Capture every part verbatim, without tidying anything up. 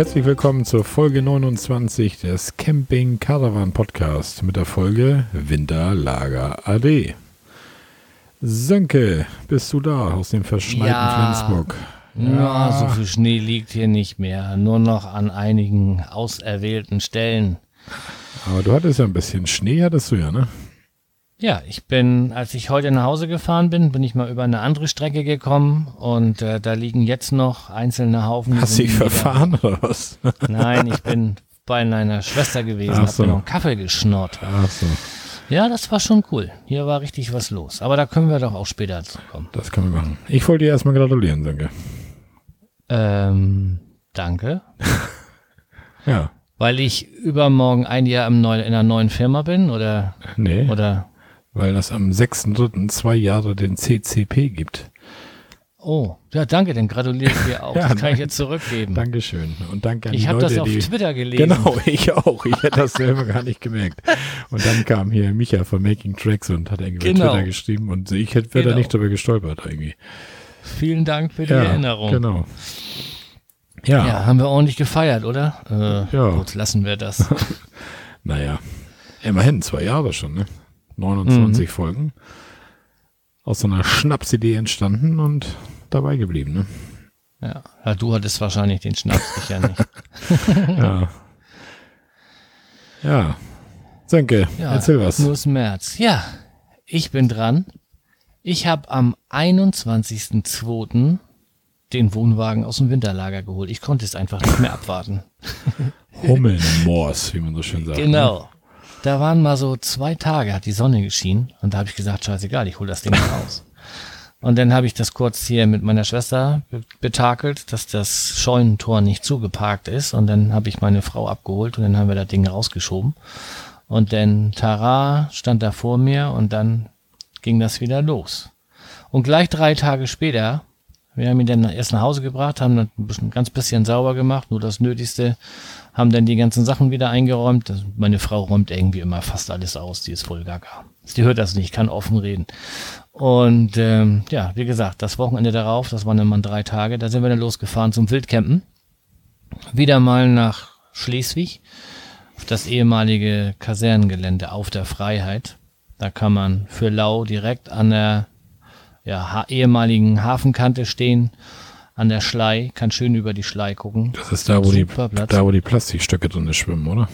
Herzlich willkommen zur Folge neunundzwanzig des Camping Caravan Podcast mit der Folge Winterlager A D. Sönke, bist du da aus dem verschneiten ja, Flensburg? Ja, ja, so viel Schnee liegt hier nicht mehr, nur noch an einigen auserwählten Stellen. Aber du hattest ja ein bisschen Schnee, hattest du ja, ne? Ja, ich bin, als ich heute nach Hause gefahren bin, bin ich mal über eine andere Strecke gekommen und äh, da liegen jetzt noch einzelne Haufen. Hast du dich verfahren oder was? Nein, ich bin bei einer Schwester gewesen, Ach so. hab mir noch einen Kaffee geschnort. Ach so. Ja, das war schon cool. Hier war richtig was los. Aber da können wir doch auch später zu kommen. Das können wir machen. Ich wollte dir erstmal gratulieren, Sönke. Ähm, danke. Ja. Weil ich übermorgen ein Jahr im Neu- in einer neuen Firma bin, oder? Nee. Oder? Weil das am sechsten dritten zwei Jahre den C C P gibt. Oh, ja, danke, dann gratuliere ich dir auch. Ja, das kann danke. ich jetzt zurückgeben. Dankeschön. Und danke an Ich die habe Leute, das auf die... Twitter gelesen. Genau, ich auch. Ich hätte das selber gar nicht gemerkt. Und dann kam hier Micha von Making Tracks und hat irgendwie Genau. bei Twitter geschrieben und ich hätte wäre Genau. da nicht drüber gestolpert irgendwie. Vielen Dank für die Ja, Erinnerung. genau. Ja, Ja, haben wir ordentlich gefeiert, oder? Äh, Ja. Gut, lassen wir das. naja. Immerhin zwei Jahre schon, ne? neunundzwanzig Mhm. Folgen. Aus so einer Schnapsidee entstanden und dabei geblieben, ne? Ja. Ja, du hattest wahrscheinlich den Schnaps, ich ja nicht. Ja. Ja. Sönke, Ja, erzähl was. Nur ist März. Ja, ich bin dran. Ich habe am einundzwanzigsten zweiten den Wohnwagen aus dem Winterlager geholt. Ich konnte es einfach nicht mehr abwarten. Hummelmoors, wie man so schön sagt. Ne? Genau. Da waren mal so zwei Tage, hat die Sonne geschienen und da habe ich gesagt, scheißegal, ich hole das Ding mal raus. Und dann habe ich das kurz hier mit meiner Schwester be- betakelt, dass das Scheunentor nicht zugeparkt ist und dann habe ich meine Frau abgeholt und dann haben wir das Ding rausgeschoben. Und dann Tara stand da vor mir und dann ging das wieder los. Und gleich drei Tage später, wir haben ihn dann erst nach Hause gebracht, haben dann ein bisschen, ganz bisschen sauber gemacht, nur das Nötigste, haben dann die ganzen Sachen wieder eingeräumt. Das, meine Frau räumt irgendwie immer fast alles aus, die ist voll gaga. Die hört das nicht, kann offen reden. Und ähm, ja, wie gesagt, das Wochenende darauf, das waren dann mal drei Tage, da sind wir dann losgefahren zum Wildcampen. Wieder mal nach Schleswig, auf das ehemalige Kasernengelände auf der Freiheit. Da kann man für Lau direkt an der ja, ha- ehemaligen Hafenkante stehen, an der Schlei, kann schön über die Schlei gucken. Das ist da, wo die, Super Platz. da, wo die Plastikstöcke drin schwimmen, oder?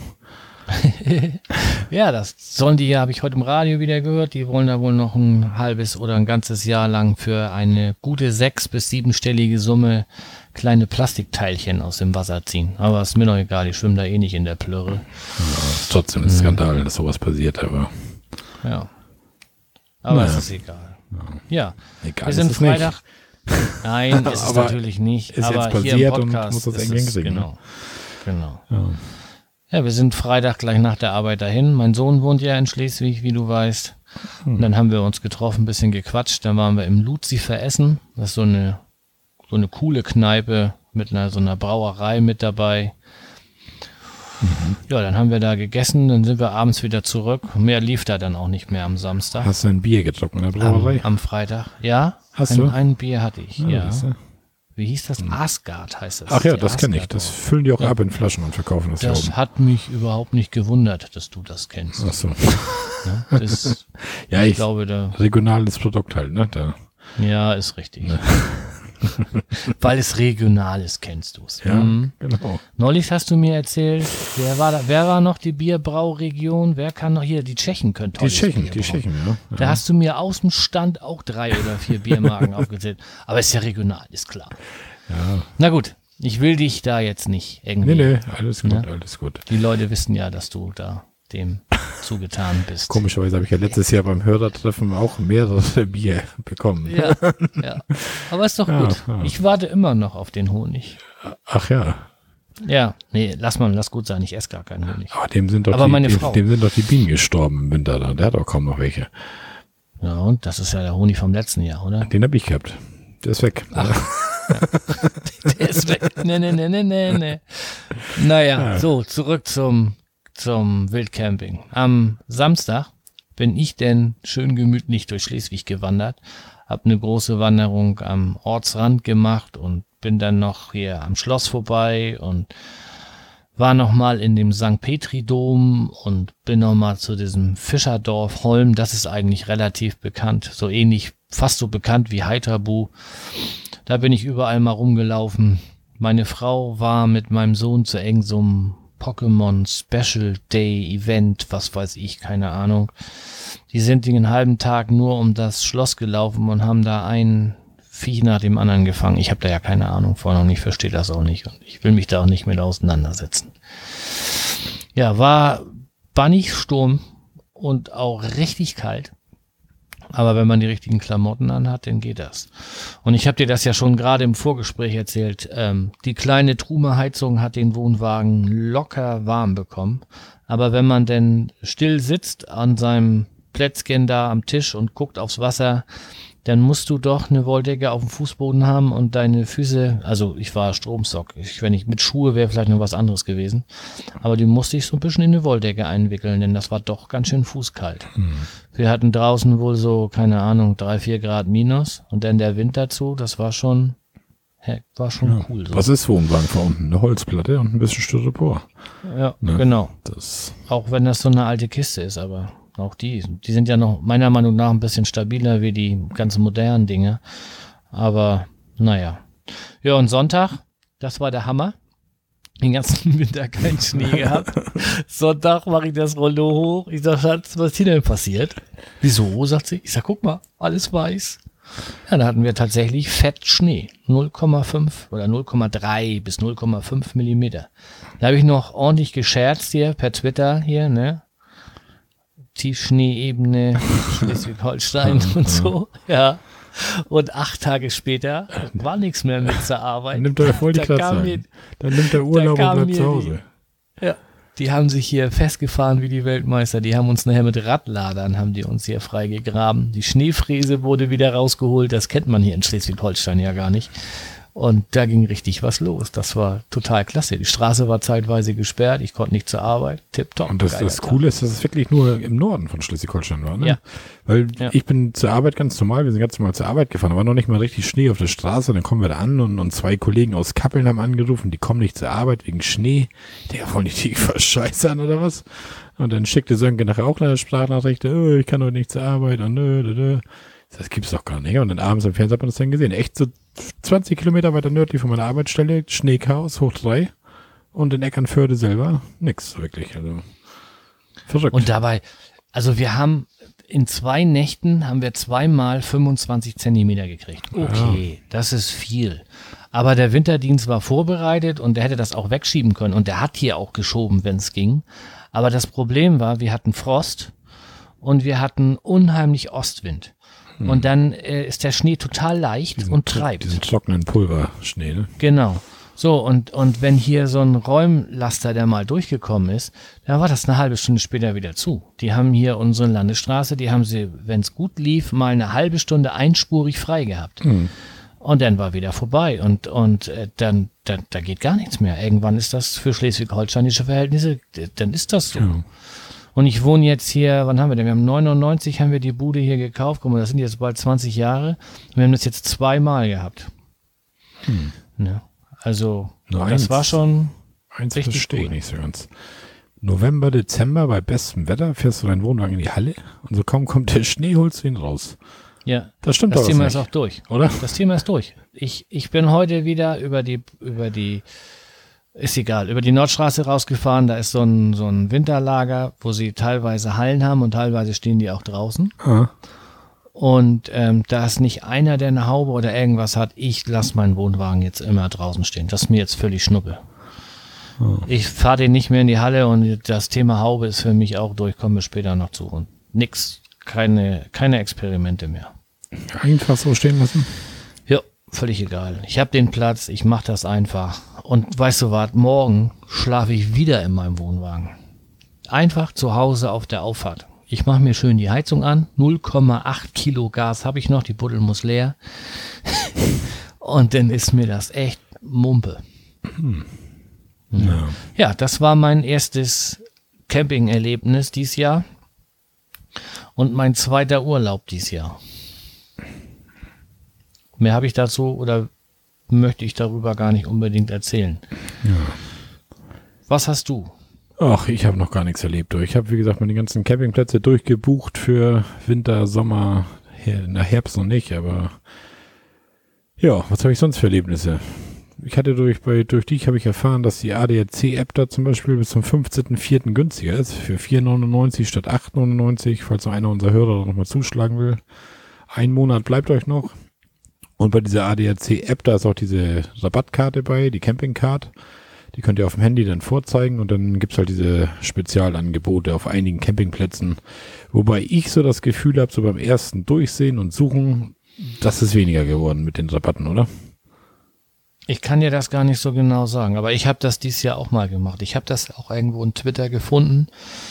Ja, das sollen die ja, habe ich heute im Radio wieder gehört, die wollen da wohl noch ein halbes oder ein ganzes Jahr lang für eine gute sechs- bis siebenstellige Summe kleine Plastikteilchen aus dem Wasser ziehen. Aber ist mir noch egal, ich schwimme da eh nicht in der Plörre. Ja, ist trotzdem ein Skandal, dass sowas passiert, aber Ja. Aber Naja. es ist egal. Ja, egal. wir ist sind es nicht. Freitag. Nein, ist es Aber natürlich nicht. ist aber jetzt hier passiert im und Podcast muss das ist irgendwie es, hinkriegen, genau. Genau. Ja. Ja, wir sind Freitag gleich nach der Arbeit dahin. Mein Sohn wohnt ja in Schleswig, wie du weißt. Hm. Und dann haben wir uns getroffen, ein bisschen gequatscht. Dann waren wir im Lucifer essen. Das ist so eine, so eine coole Kneipe mit einer, so einer Brauerei mit dabei. Mhm. Ja, dann haben wir da gegessen, dann sind wir abends wieder zurück. Mehr lief da dann auch nicht mehr am Samstag. Hast du ein Bier getrunken in der Brauerei? Am, am Freitag. Ja, Hast ein, du? ein Bier hatte ich, Ah, ja. siehst du? Wie hieß das? Asgard heißt das. Ach ja, Die das kenne ich. Asgard Das Brauerei. füllen die auch Ja. ab in Flaschen und verkaufen das, hier Das oben. hat mich überhaupt nicht gewundert, dass du das kennst. Ach so. Ja, das, Ja, ich ich, glaube, da, regionales Produkt halt, ne? Da. ja, ist richtig. Weil es regional ist, kennst du es. Ja, Mhm. genau. Neulich hast du mir erzählt, wer war da, wer war noch die Bierbrauregion? Wer kann noch hier? Die Tschechen können Die tolles Tschechen, Bier die brauen. Tschechen, ja. Da hast du mir aus dem Stand auch drei oder vier Biermarken aufgezählt. Aber ist ja regional, ist klar. Ja. Na gut, ich will dich da jetzt nicht irgendwie. Nee, nee, alles gut, Ja. alles gut. Die Leute wissen ja, dass du da dem zugetan bist. Komischerweise habe ich ja letztes Jahr beim Hörertreffen auch mehrere Bier bekommen. Ja, ja. Aber ist doch Ja, gut. ja. Ich warte immer noch auf den Honig. Ach ja, Ja, nee, lass mal, lass gut sein. Ich esse gar keinen Honig. aber dem sind doch, Aber die, meine dem, Frau. dem sind doch die Bienen gestorben im Winter da. Der hat auch kaum noch welche. Ja, und das ist ja der Honig vom letzten Jahr, oder? Den habe ich gehabt. Der ist weg. Der ist weg. Nee, nee, nee, nee, nee, nee. Naja, Ja. so, zurück zum, zum Wildcamping. Am Samstag bin ich denn schön gemütlich durch Schleswig gewandert, habe eine große Wanderung am Ortsrand gemacht und bin dann noch hier am Schloss vorbei und war noch mal in dem Sankt Petri-Dom und bin noch mal zu diesem Fischerdorf Holm. Das ist eigentlich relativ bekannt, so ähnlich, fast so bekannt wie Heiterbu. Da bin ich überall mal rumgelaufen. Meine Frau war mit meinem Sohn zu irgend so einem Pokémon Special Day Event, was weiß ich, keine Ahnung. Die sind den halben Tag nur um das Schloss gelaufen und haben da ein Viech nach dem anderen gefangen. Ich habe da ja keine Ahnung von und ich verstehe das auch nicht und ich will mich da auch nicht mit auseinandersetzen. Ja, war bannig Sturm und auch richtig kalt. Aber wenn man die richtigen Klamotten anhat, dann geht das. Und ich habe dir das ja schon gerade im Vorgespräch erzählt. Ähm, die kleine Trume-Heizung hat den Wohnwagen locker warm bekommen. Aber wenn man denn still sitzt an seinem Plätzchen da am Tisch und guckt aufs Wasser, dann musst du doch eine Wolldecke auf dem Fußboden haben und deine Füße, also ich war Stromsock, ich, wenn ich mit Schuhe wäre vielleicht noch was anderes gewesen, aber die musste ich so ein bisschen in eine Wolldecke einwickeln, denn das war doch ganz schön fußkalt. Hm. Wir hatten draußen wohl so, keine Ahnung, drei, vier Grad minus und dann der Wind dazu, das war schon, hey, war schon ja. cool. So. Was ist Wohnwagen von unten? Eine Holzplatte und ein bisschen Styropor. Ja, ne? Genau. Das auch wenn das so eine alte Kiste ist, aber auch die, die sind ja noch meiner Meinung nach ein bisschen stabiler wie die ganzen modernen Dinge. Aber naja. Ja, und Sonntag, das war der Hammer. Den ganzen Winter keinen Schnee gehabt. Sonntag mache ich das Rollo hoch. Ich sag, Schatz, was ist hier denn passiert? Wieso, sagt sie. Ich sag, guck mal, alles weiß. Ja, da hatten wir tatsächlich fett Schnee. null Komma fünf oder null Komma drei bis null Komma fünf Millimeter. Da habe ich noch ordentlich gescherzt hier per Twitter hier, ne? Tiefschneeebene, Schleswig-Holstein und so, ja. Und acht Tage später war nichts mehr mit zur Arbeit. Dann nimmt er voll die Klatze. Dann nimmt er Urlaub und bleibt zu Hause. Die, ja, die haben sich hier festgefahren wie die Weltmeister. Die haben uns nachher mit Radladern, haben die uns hier freigegraben. Die Schneefräse wurde wieder rausgeholt. Das kennt man hier in Schleswig-Holstein ja gar nicht. Und da ging richtig was los. Das war total klasse. Die Straße war zeitweise gesperrt. Ich konnte nicht zur Arbeit. Tipptopp. Und das, das Coole ist, dass es wirklich nur im Norden von Schleswig-Holstein war. Ne? Ja. Weil ja. ich bin zur Arbeit ganz normal. Wir sind ganz normal zur Arbeit gefahren. Da war noch nicht mal richtig Schnee auf der Straße. Und dann kommen wir da an und, und zwei Kollegen aus Kappeln haben angerufen. Die kommen nicht zur Arbeit wegen Schnee. Der wollen die verscheißern oder was? Und dann schickte Sönke nachher auch eine Sprachnachricht. Oh, ich kann heute nicht zur Arbeit. Und nö, nö, nö. Das gibt's doch gar nicht. Und dann abends im Fernsehen hat man das dann gesehen. Echt so zwanzig Kilometer weiter nördlich von meiner Arbeitsstelle, Schneechaos, hoch drei. Und in Eckernförde selber nix, wirklich. Also verrückt. Und dabei, also wir haben in zwei Nächten haben wir zweimal fünfundzwanzig Zentimeter gekriegt. Okay, ja. Das ist viel. Aber der Winterdienst war vorbereitet und der hätte das auch wegschieben können. Und der hat hier auch geschoben, wenn es ging. Aber das Problem war, wir hatten Frost und wir hatten unheimlich Ostwind. Und dann äh, ist der Schnee total leicht diesen, und treibt. Diesen trockenen Pulverschnee, ne? Genau. So, und, und wenn hier so ein Räumlaster, der mal durchgekommen ist, dann war das eine halbe Stunde später wieder zu. Die haben hier unsere Landesstraße, die haben sie, wenn es gut lief, mal eine halbe Stunde einspurig frei gehabt. Hm. Und dann war wieder vorbei. Und, und äh, dann, dann da geht gar nichts mehr. Irgendwann ist das für schleswig-holsteinische Verhältnisse, dann ist das so. Ja. Und ich wohne jetzt hier, wann haben wir denn? Wir haben neunundneunzig, haben wir die Bude hier gekauft. Guck mal, das sind jetzt bald zwanzig Jahre. Wir haben das jetzt zweimal gehabt. Hm. Ja, also, Nur das eins, war schon eins richtig verstehe cool. Ich nicht so ganz. November, Dezember, bei bestem Wetter fährst du deinen Wohnwagen in die Halle und so kaum kommt der Schnee, holst du ihn raus. Ja, das stimmt das doch Thema nicht. ist auch durch. Oder? Das Thema ist durch. Ich, ich bin heute wieder über die, über die Ist egal, über die Nordstraße rausgefahren, da ist so ein, so ein Winterlager, wo sie teilweise Hallen haben und teilweise stehen die auch draußen. Ah. Und ähm, da ist nicht einer, der eine Haube oder irgendwas hat, ich lasse meinen Wohnwagen jetzt immer draußen stehen. Das ist mir jetzt völlig Schnuppe. Oh. Ich fahre den nicht mehr in die Halle und das Thema Haube ist für mich auch durch, kommen wir später noch zu. Und nix, keine, keine Experimente mehr. Einfach so stehen lassen? Ja, völlig egal. Ich habe den Platz, ich mache das einfach. Und weißt du was, morgen schlafe ich wieder in meinem Wohnwagen. Einfach zu Hause auf der Auffahrt. Ich mache mir schön die Heizung an. null Komma acht Kilo Gas habe ich noch, die Buddel muss leer. Und dann ist mir das echt Mumpe. Hm. Ja. ja, das war mein erstes Camping-Erlebnis dieses Jahr. Und mein zweiter Urlaub dieses Jahr. Mehr habe ich dazu oder möchte ich darüber gar nicht unbedingt erzählen. Ja. Was hast du? Ach, ich habe noch gar nichts erlebt. Ich habe, wie gesagt, meine ganzen Campingplätze durchgebucht für Winter, Sommer, na Herbst noch nicht, aber ja, was habe ich sonst für Erlebnisse? Ich hatte durch, bei, durch dich habe ich erfahren, dass die A D A C-App da zum Beispiel bis zum fünfzehnten vierten günstiger ist, für vier neunundneunzig statt acht neunundneunzig, falls noch einer unserer Hörer nochmal zuschlagen will. Ein Monat bleibt euch noch. Und bei dieser A D A C-App, da ist auch diese Rabattkarte bei, die Campingcard. Die könnt ihr auf dem Handy dann vorzeigen und dann gibt's halt diese Spezialangebote auf einigen Campingplätzen. Wobei ich so das Gefühl habe, so beim ersten Durchsehen und Suchen, das ist weniger geworden mit den Rabatten, oder? Ich kann dir das gar nicht so genau sagen, aber ich habe das dieses Jahr auch mal gemacht. Ich habe das auch irgendwo in Twitter gefunden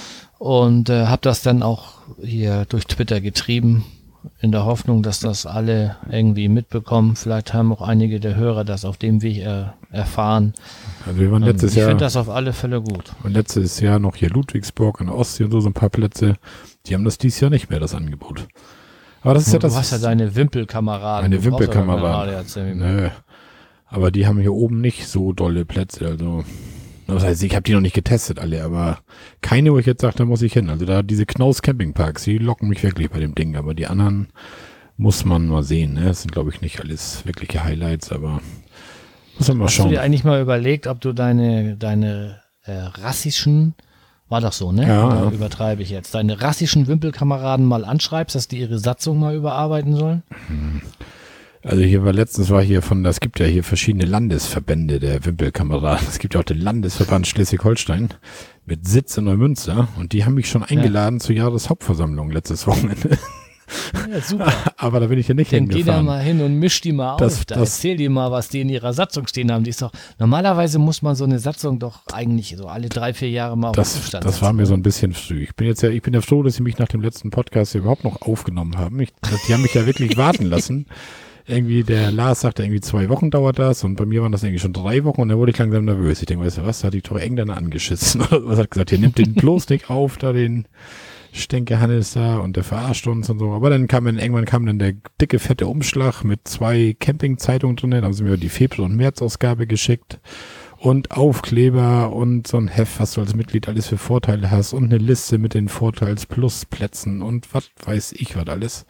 und äh, habe das dann auch hier durch Twitter getrieben, in der Hoffnung, dass das alle irgendwie mitbekommen. Vielleicht haben auch einige der Hörer das auf dem Weg äh, erfahren. Also wir waren letztes ich Jahr. Ich finde das auf alle Fälle gut. Und letztes Jahr noch hier Ludwigsburg an der Ostsee und so, so ein paar Plätze. Die haben das dieses Jahr nicht mehr, das Angebot. Aber das ist du, ja das. Du hast ja deine Wimpelkameraden. Meine Wimpelkameraden. Nö. Aber die haben hier oben nicht so dolle Plätze. Also, das heißt, ich habe die noch nicht getestet alle, aber keine, wo ich jetzt sage, da muss ich hin. Also da diese Knaus Campingparks, die locken mich wirklich bei dem Ding. Aber die anderen muss man mal sehen. Ne? Das sind, glaube ich, nicht alles wirkliche Highlights, aber muss man mal Hast schauen. Hast du dir eigentlich mal überlegt, ob du deine, deine äh, rassischen, war doch so, ne? Ja, Oder ja. Übertreibe ich jetzt, deine rassischen Wimpelkameraden mal anschreibst, dass die ihre Satzung mal überarbeiten sollen? Hm. Also hier war letztens war hier von, es gibt ja hier verschiedene Landesverbände der Wimpelkameraden. Es gibt ja auch den Landesverband Schleswig-Holstein mit Sitz in Neumünster und die haben mich schon eingeladen ja. zur Jahreshauptversammlung letztes Wochenende. Ja, super. Aber da bin ich ja nicht Dann hingefahren. geh da mal hin und misch die mal das, auf. Da das, erzähl die mal, was die in ihrer Satzung stehen haben. Die ist doch, normalerweise muss man so eine Satzung doch eigentlich so alle drei, vier Jahre mal auf das, den Stand Das setzen, war mir oder? so ein bisschen früh. Ich bin jetzt ja, ich bin ja froh, dass sie mich nach dem letzten Podcast hier überhaupt noch aufgenommen haben. Ich, die haben mich ja wirklich warten lassen. Irgendwie, der Lars sagte, irgendwie zwei Wochen dauert das und bei mir waren das irgendwie schon drei Wochen und dann wurde ich langsam nervös. Ich denke, weißt du was, da hat die doch Engländer angeschissen. Was hat gesagt, hier nimmt den bloß nicht auf, da den Stenke Hannes da und der verarscht uns und so. Aber dann kam dann, irgendwann kam dann der dicke, fette Umschlag mit zwei Campingzeitungen drin, da haben sie mir die Februar- und März-Ausgabe geschickt und Aufkleber und so ein Heft, was du als Mitglied alles für Vorteile hast und eine Liste mit den Vorteils-Plus-Plätzen und was weiß ich was alles.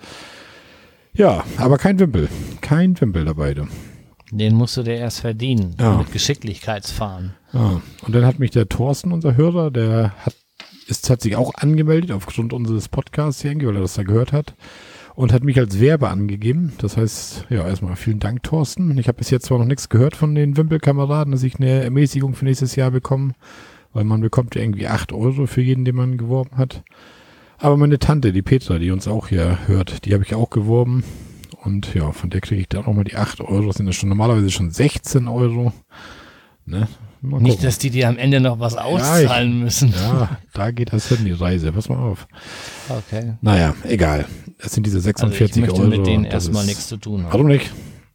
Ja, aber kein Wimpel. Kein Wimpel dabei. Du. Den musst du dir erst verdienen. Ja. Mit Geschicklichkeitsfahren. Ja. Und dann hat mich der Thorsten, unser Hörer, der hat, ist, hat sich auch angemeldet aufgrund unseres Podcasts hier, weil er das da gehört hat. Und hat mich als Werbe angegeben. Das heißt, ja, erstmal vielen Dank, Thorsten. Ich habe bis jetzt zwar noch nichts gehört von den Wimpelkameraden, dass ich eine Ermäßigung für nächstes Jahr bekomme. Weil man bekommt ja irgendwie acht Euro für jeden, den man geworben hat. Aber meine Tante, die Petra, die uns auch hier hört, die habe ich auch geworben. Und ja, von der kriege ich dann auch mal die acht Euro. Das sind ja schon normalerweise schon sechzehn Euro. Ne? Nicht, dass die dir am Ende noch was auszahlen ja, ich, müssen. Ja, da geht das hin, die Reise. Pass mal auf. Okay. Naja, egal. Das sind diese sechsundvierzig also ich Euro. möchte mit denen erstmal nichts zu tun haben. Warum nicht?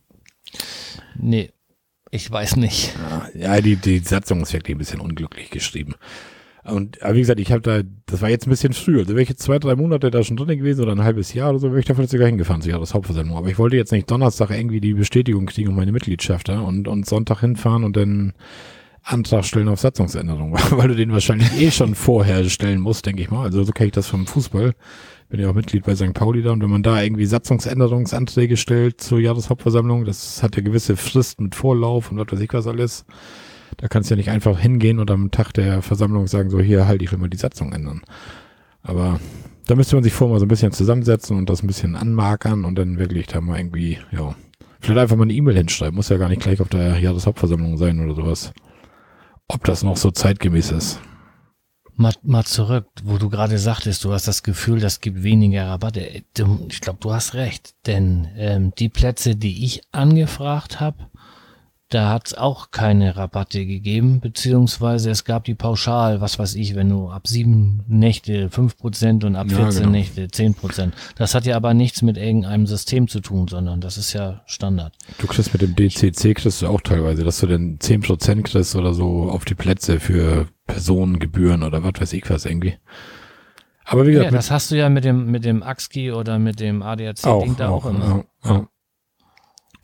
Nee, ich weiß nicht. Ja, die, die Satzung ist wirklich ein bisschen unglücklich geschrieben. Und aber wie gesagt, ich habe da, das war jetzt ein bisschen früh. Also wäre ich jetzt zwei, drei Monate da schon drin gewesen oder ein halbes Jahr oder so, wäre ich davon jetzt sogar hingefahren zu Jahreshauptversammlung. Aber ich wollte jetzt nicht Donnerstag irgendwie die Bestätigung kriegen um meine Mitgliedschaft da und, und Sonntag hinfahren und dann Antrag stellen auf Satzungsänderung, weil du den wahrscheinlich eh schon vorher stellen musst, denke ich mal. Also so kenne ich das vom Fußball. Bin ja auch Mitglied bei Sankt Pauli da und wenn man da irgendwie Satzungsänderungsanträge stellt zur Jahreshauptversammlung, das hat ja gewisse Frist mit Vorlauf und was weiß ich was alles. Da kannst du ja nicht einfach hingehen und am Tag der Versammlung sagen, so hier halt, ich will mal die Satzung ändern. Aber da müsste man sich vorher mal so ein bisschen zusammensetzen und das ein bisschen anmarkern und dann wirklich da mal irgendwie, ja, vielleicht einfach mal eine E-Mail hinschreiben. Muss ja gar nicht gleich auf der Jahreshauptversammlung sein oder sowas. Ob das noch so zeitgemäß ist. Mal, mal zurück, wo du gerade sagtest, du hast das Gefühl, das gibt weniger Rabatte. Ich glaube, du hast recht, denn ähm, die Plätze, die ich angefragt habe, da hat es auch keine Rabatte gegeben, beziehungsweise es gab die Pauschal, was weiß ich, wenn du ab sieben Nächte fünf Prozent und ab vierzehn ja, genau. Nächte zehn Prozent. Das hat ja aber nichts mit irgendeinem System zu tun, sondern das ist ja Standard. Du kriegst mit dem D C C kriegst du auch teilweise, dass du dann zehn Prozent kriegst oder so auf die Plätze für Personengebühren oder was weiß ich was irgendwie. Aber wie gesagt, ja, das hast du ja mit dem mit dem Axki oder mit dem A D A C-Ding da auch, auch immer. Ja, ja.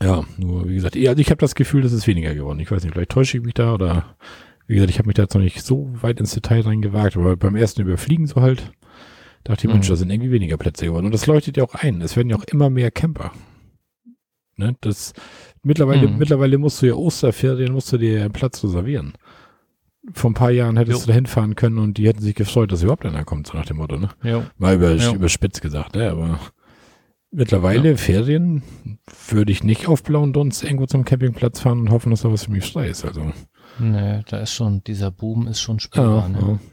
Ja, nur wie gesagt, also ich habe das Gefühl, das ist weniger geworden. Ich weiß nicht, vielleicht täusche ich mich da oder wie gesagt, ich habe mich da jetzt noch nicht so weit ins Detail reingewagt, aber beim ersten Überfliegen so halt, dachte ich, mhm. Mensch, da sind irgendwie weniger Plätze geworden. Und das leuchtet ja auch ein. Es werden ja auch immer mehr Camper. Ne? Das, mittlerweile, mhm. mittlerweile musst du ja Osterferien, musst du dir einen Platz reservieren. Vor ein paar Jahren hättest jo. du da hinfahren können und die hätten sich gefreut, dass überhaupt einer kommt, so nach dem Motto. Ne? Jo. Mal über, jo. überspitzt gesagt, ne? Aber mittlerweile ja. Ferien würde ich nicht auf blauen Dunst irgendwo zum Campingplatz fahren und hoffen, dass da was für mich frei ist. Also. Nee, da ist schon, dieser Boom ist schon spürbar. Ja, ne? ja.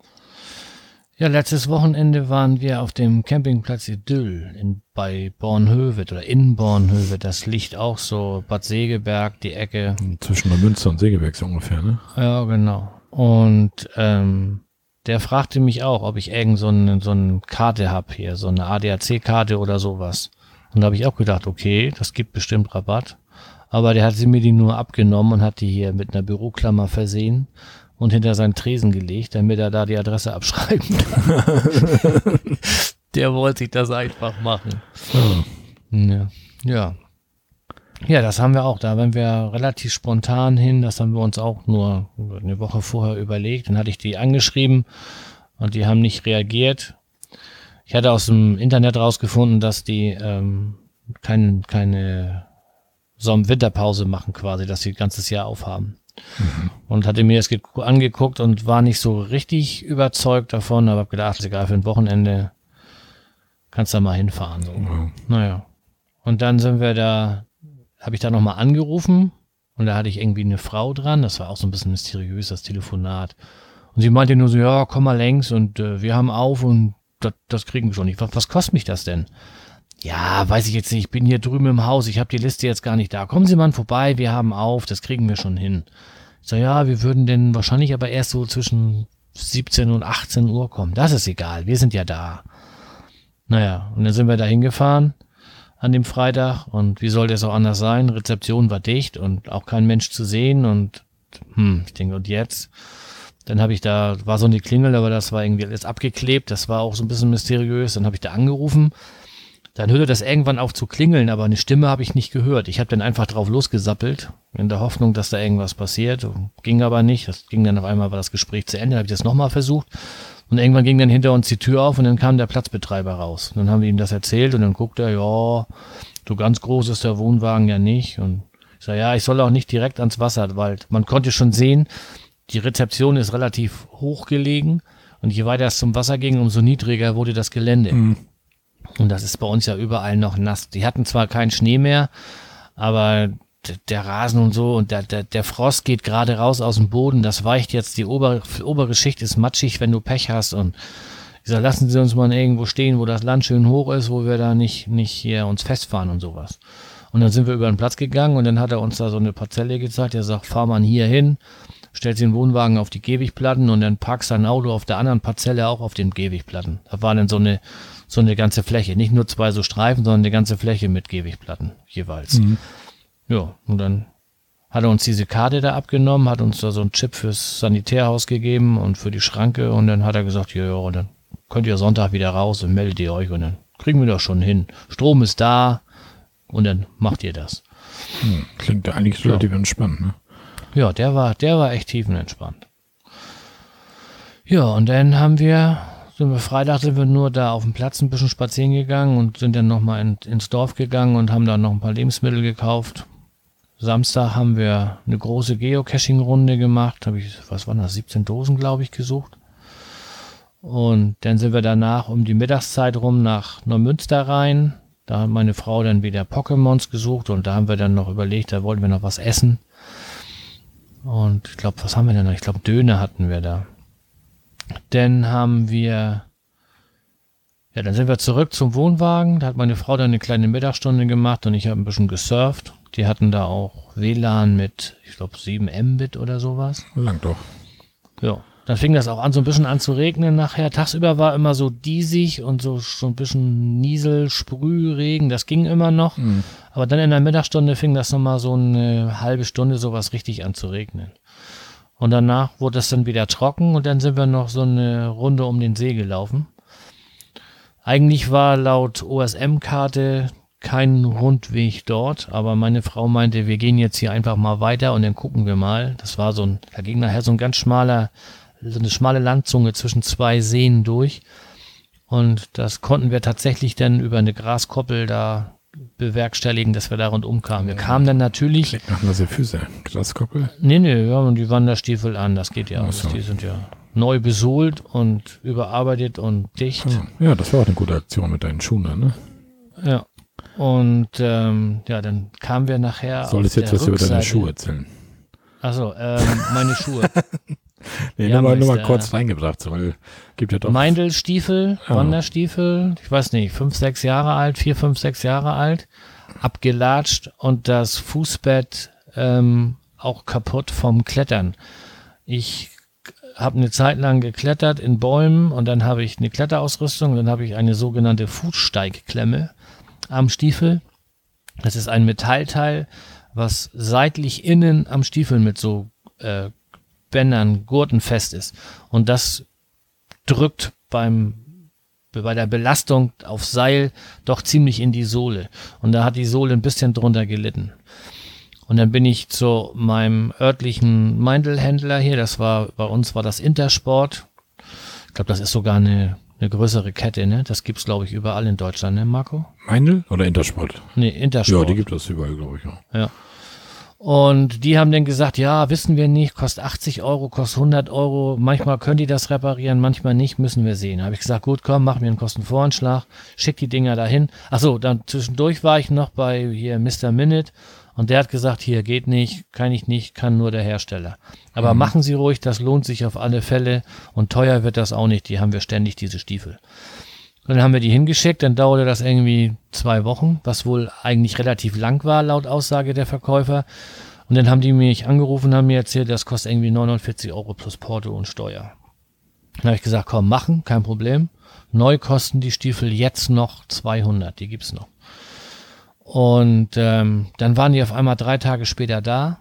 ja, letztes Wochenende waren wir auf dem Campingplatz Idyll in, bei Bornhöved oder in Bornhöved. Das liegt auch so Bad Segeberg, die Ecke. Zwischen der Münster und Segeberg so ungefähr, ne? Ja, genau. Und ähm, der fragte mich auch, ob ich irgend so eine, so eine Karte habe hier, so eine A D A C-Karte oder sowas. Und da habe ich auch gedacht, okay, das gibt bestimmt Rabatt. Aber der hat sie mir die nur abgenommen und hat die hier mit einer Büroklammer versehen und hinter seinen Tresen gelegt, damit er da die Adresse abschreiben kann. Der wollte sich das einfach machen. Oh. Ja. ja. Ja, das haben wir auch. Da waren wir relativ spontan hin. Das haben wir uns auch nur eine Woche vorher überlegt. Dann hatte ich die angeschrieben und die haben nicht reagiert. Ich hatte aus dem Internet rausgefunden, dass die ähm, kein, keine Sommer-Winterpause machen quasi, dass sie ein ganzes Jahr aufhaben. Mhm. Und hatte mir das angeguckt und war nicht so richtig überzeugt davon, aber hab gedacht, egal, für ein Wochenende kannst du da mal hinfahren. So. Mhm. Naja. Und dann sind wir da, habe ich da nochmal angerufen und da hatte ich irgendwie eine Frau dran, das war auch so ein bisschen mysteriös, das Telefonat. Und sie meinte nur so, ja, komm mal längs und äh, wir haben auf und das, das kriegen wir schon nicht. Was, was kostet mich das denn? Ja, weiß ich jetzt nicht, ich bin hier drüben im Haus, ich habe die Liste jetzt gar nicht da. Kommen Sie mal vorbei, wir haben auf, das kriegen wir schon hin. Ich so, ja, wir würden denn wahrscheinlich aber erst so zwischen siebzehn und achtzehn Uhr kommen. Das ist egal, wir sind ja da. Naja, und dann sind wir da hingefahren an dem Freitag und wie soll das auch anders sein? Rezeption war dicht und auch kein Mensch zu sehen und hm, ich denke, und jetzt? Dann habe ich da, war so eine Klingel, aber das war irgendwie alles abgeklebt, das war auch so ein bisschen mysteriös. Dann habe ich da angerufen. Dann hörte das irgendwann auf zu klingeln, aber eine Stimme habe ich nicht gehört. Ich habe dann einfach drauf losgesappelt, in der Hoffnung, dass da irgendwas passiert. Ging aber nicht. Das ging dann auf einmal, war das Gespräch zu Ende. Dann habe ich das nochmal versucht. Und irgendwann ging dann hinter uns die Tür auf und dann kam der Platzbetreiber raus. Und dann haben wir ihm das erzählt und dann guckte er, ja, so ganz groß ist der Wohnwagen ja nicht. Und ich sage, ja, ich soll auch nicht direkt ans Wasser, weil man konnte schon sehen, die Rezeption ist relativ hoch gelegen. Und je weiter es zum Wasser ging, umso niedriger wurde das Gelände. Mhm. Und das ist bei uns ja überall noch nass. Die hatten zwar keinen Schnee mehr, aber d- der Rasen und so und der, der, der Frost geht gerade raus aus dem Boden. Das weicht jetzt, die obere, obere Schicht ist matschig, wenn du Pech hast. Und ich sag, lassen Sie uns mal irgendwo stehen, wo das Land schön hoch ist, wo wir da nicht, nicht hier uns festfahren und sowas. Und dann sind wir über den Platz gegangen und dann hat er uns da so eine Parzelle gezeigt. Er sagt, fahr mal hier hin, stellst den Wohnwagen auf die Gehwegplatten und dann parkst dein Auto auf der anderen Parzelle auch auf den Gehwegplatten. Da war dann so eine so eine ganze Fläche, nicht nur zwei so Streifen, sondern eine ganze Fläche mit Gehwegplatten jeweils. Mhm. Ja, und dann hat er uns diese Karte da abgenommen, hat uns da so einen Chip fürs Sanitärhaus gegeben und für die Schranke und dann hat er gesagt, ja, ja, und dann könnt ihr Sonntag wieder raus und meldet ihr euch und dann kriegen wir das schon hin. Strom ist da und dann macht ihr das. Hm, klingt ja eigentlich relativ ja. entspannt, ne? Ja, der war, der war echt tiefenentspannt. Ja, und dann haben wir Sind wir Freitag sind wir nur da auf dem Platz ein bisschen spazieren gegangen und sind dann nochmal in, ins Dorf gegangen und haben da noch ein paar Lebensmittel gekauft. Samstag haben wir eine große Geocaching-Runde gemacht. Habe ich, was waren das, siebzehn Dosen, glaube ich, gesucht. Und dann sind wir danach um die Mittagszeit rum nach Neumünster rein. Da hat meine Frau dann wieder Pokémons gesucht und da haben wir dann noch überlegt, da wollten wir noch was essen. Und ich glaube, was haben wir denn noch? Ich glaube, Döner hatten wir da. Dann haben wir, ja, dann sind wir zurück zum Wohnwagen. Da hat meine Frau dann eine kleine Mittagsstunde gemacht und ich habe ein bisschen gesurft. Die hatten da auch W L A N mit, ich glaube, sieben Mbit oder sowas. Lang doch. Ja, dann fing das auch an, so ein bisschen an zu regnen nachher. Tagsüber war immer so diesig und so, so ein bisschen Niesel, Sprühregen, das ging immer noch. Mhm. Aber dann in der Mittagsstunde fing das nochmal so eine halbe Stunde sowas richtig an zu regnen. Und danach wurde es dann wieder trocken und dann sind wir noch so eine Runde um den See gelaufen. Eigentlich war laut O S M-Karte keinen Rundweg dort, aber meine Frau meinte, wir gehen jetzt hier einfach mal weiter und dann gucken wir mal. Das war so ein, da ging nachher so ein ganz schmaler, so eine schmale Landzunge zwischen zwei Seen durch und das konnten wir tatsächlich dann über eine Graskoppel da bewerkstelligen, dass wir da rundum kamen. Wir kamen dann natürlich... Klingt nach nasse Füße, Graskoppel? Nee, nee, wir haben die Wanderstiefel an, das geht ja. So. Die sind ja neu besohlt und überarbeitet und dicht. Oh, ja, das war auch eine gute Aktion mit deinen Schuhen, ne? Ja. Und ähm, ja, dann kamen wir nachher. Solltest jetzt was Rückseite. über deine Schuhe erzählen? Achso, ähm, meine Schuhe. nee, ja, nur mal, nur mal äh, kurz reingebracht, weil gibt ja doch. Meindelstiefel, Ah. Wanderstiefel, ich weiß nicht, fünf, sechs Jahre alt, vier, fünf, sechs Jahre alt, abgelatscht und das Fußbett ähm, auch kaputt vom Klettern. Ich habe eine Zeit lang geklettert in Bäumen und dann habe ich eine Kletterausrüstung und dann habe ich eine sogenannte Fußsteigklemme am Stiefel. Das ist ein Metallteil, was seitlich innen am Stiefel mit so äh, Bändern, Gurten fest ist. Und das drückt beim bei der Belastung auf Seil doch ziemlich in die Sohle. Und da hat die Sohle ein bisschen drunter gelitten. Und dann bin ich zu meinem örtlichen Meindelhändler hier, das war, bei uns war das Intersport. Ich glaube, das ist sogar eine, eine größere Kette, ne? Das gibt's, glaube ich, überall in Deutschland, ne, Marco? Meindl oder Intersport? Nee, Intersport. Ja, die gibt es überall, glaube ich, ja. Ja. Und die haben dann gesagt, ja, wissen wir nicht, kostet achtzig Euro, kostet hundert Euro, manchmal können die das reparieren, manchmal nicht, müssen wir sehen. Da habe ich gesagt, gut, komm, mach mir einen Kostenvoranschlag, schick die Dinger dahin. Achso, dann zwischendurch war ich noch bei hier Mister Minute und der hat gesagt, hier geht nicht, kann ich nicht, kann nur der Hersteller. Aber mhm. machen Sie ruhig, das lohnt sich auf alle Fälle und teuer wird das auch nicht, die haben wir ständig, diese Stiefel. Und dann haben wir die hingeschickt, dann dauerte das irgendwie zwei Wochen, was wohl eigentlich relativ lang war, laut Aussage der Verkäufer. Und dann haben die mich angerufen und haben mir erzählt, das kostet irgendwie neunundvierzig Euro plus Porto und Steuer. Dann habe ich gesagt, komm, machen, kein Problem. Neu kosten die Stiefel jetzt noch zweihundert, die gibt's noch. Und ähm, dann waren die auf einmal drei Tage später da.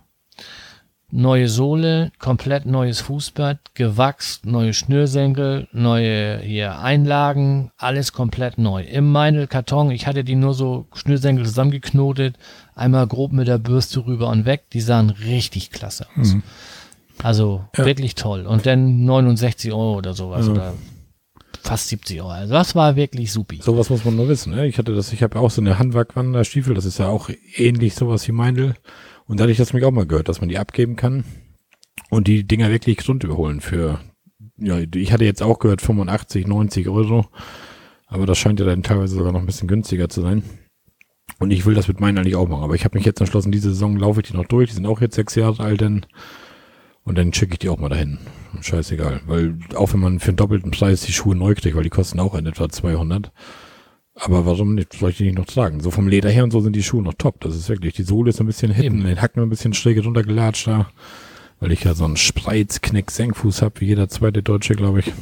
Neue Sohle, komplett neues Fußbett, gewachst, neue Schnürsenkel, neue hier Einlagen, alles komplett neu. Im Meindelkarton, ich hatte die nur so Schnürsenkel zusammengeknotet, einmal grob mit der Bürste rüber und weg, die sahen richtig klasse aus. Mhm. Also ja. wirklich toll. Und dann neunundsechzig Euro oder sowas ja. oder fast siebzig Euro. Also das war wirklich supi. Sowas muss man nur wissen. Ne? Ich hatte das, ich habe auch so eine Handwerkwanderstiefel, das ist ja auch ähnlich sowas wie Meindl. Und da hatte ich das mich auch mal gehört, dass man die abgeben kann und die Dinger wirklich Grund überholen für, ja, ich hatte jetzt auch gehört fünfundachtzig, neunzig Euro, aber das scheint ja dann teilweise sogar noch ein bisschen günstiger zu sein. Und ich will das mit meinen eigentlich auch machen, aber ich habe mich jetzt entschlossen, diese Saison laufe ich die noch durch, die sind auch jetzt sechs Jahre alt dann und dann schicke ich die auch mal dahin. Scheißegal, weil auch wenn man für einen doppelten Preis die Schuhe neu kriegt, weil die kosten auch in etwa zweihundert. Aber warum nicht? Soll ich die nicht noch tragen? So vom Leder her und so sind die Schuhe noch top. Das ist wirklich, die Sohle ist ein bisschen hinten, den Hacken ein bisschen schräg runtergelatscht da. Weil ich ja so einen Spreiz-Knick-Senkfuß habe, wie jeder zweite Deutsche, glaube ich.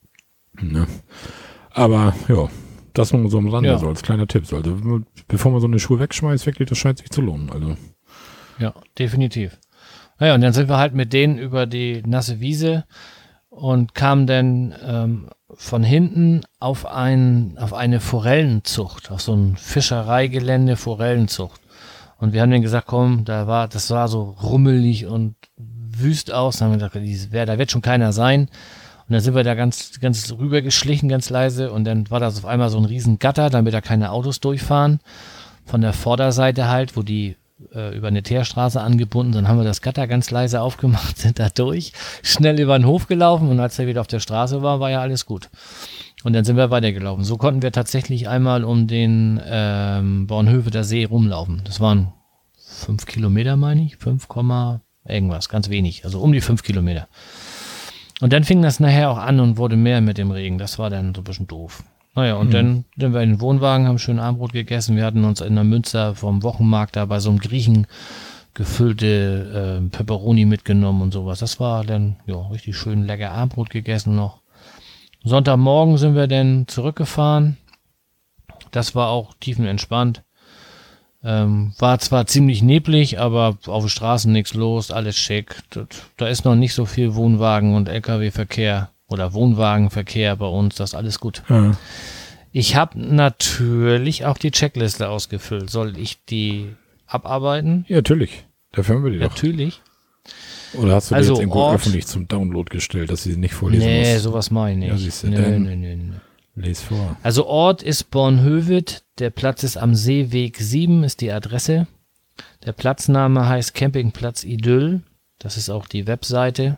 Ja. Aber, ja, das nur so am Rande, ja. so als kleiner Tipp. Also, bevor man so eine Schuhe wegschmeißt, wirklich, das scheint sich zu lohnen. Also. Ja, definitiv. Naja, und dann sind wir halt mit denen über die nasse Wiese und kamen dann ähm, von hinten auf, ein, auf eine Forellenzucht, auf so ein Fischereigelände Forellenzucht. Und wir haben dann gesagt, komm, da war, das war so rummelig und wüst aus. Dann haben wir gesagt, da wird schon keiner sein. Und dann sind wir da ganz, ganz rüber geschlichen, ganz leise. Und dann war das auf einmal so ein riesen Gatter, damit da keine Autos durchfahren. Von der Vorderseite halt, wo die äh, über eine Teerstraße angebunden sind, haben wir das Gatter ganz leise aufgemacht, sind da durch, schnell über den Hof gelaufen. Und als er wieder auf der Straße war, war ja alles gut. Und dann sind wir weitergelaufen. So konnten wir tatsächlich einmal um den ähm, Bornhöveter See rumlaufen. Das waren fünf Kilometer, meine ich. fünf, irgendwas, ganz wenig. Also um die fünf Kilometer. Und dann fing das nachher auch an und wurde mehr mit dem Regen. Das war dann so ein bisschen doof. Naja, und mhm. dann sind wir in den Wohnwagen, haben schön Abendbrot gegessen. Wir hatten uns in der Münster vom Wochenmarkt da bei so einem Griechen gefüllte äh, Pepperoni mitgenommen und sowas. Das war dann ja richtig schön lecker Abendbrot gegessen noch. Sonntagmorgen sind wir dann zurückgefahren. Das war auch tiefenentspannt. Ähm, war zwar ziemlich neblig, aber auf den Straßen nichts los, alles schick. Das, da ist noch nicht so viel Wohnwagen- und L K W-Verkehr oder Wohnwagenverkehr bei uns, das ist alles gut. Ja. Ich habe natürlich auch die Checkliste ausgefüllt. Soll ich die abarbeiten? Ja, natürlich. Dafür haben wir die doch. Natürlich. Oder hast du also die jetzt irgendwo Ort, öffentlich zum Download gestellt, dass sie sie nicht vorlesen nee, muss? Nee, sowas mache ich nicht. Ja, siehst du, nö, ähm, nö, nö, nö. Les vor. Also Ort ist Bornhöved, der Platz ist am Seeweg sieben, ist die Adresse. Der Platzname heißt Campingplatz Idyll, das ist auch die Webseite.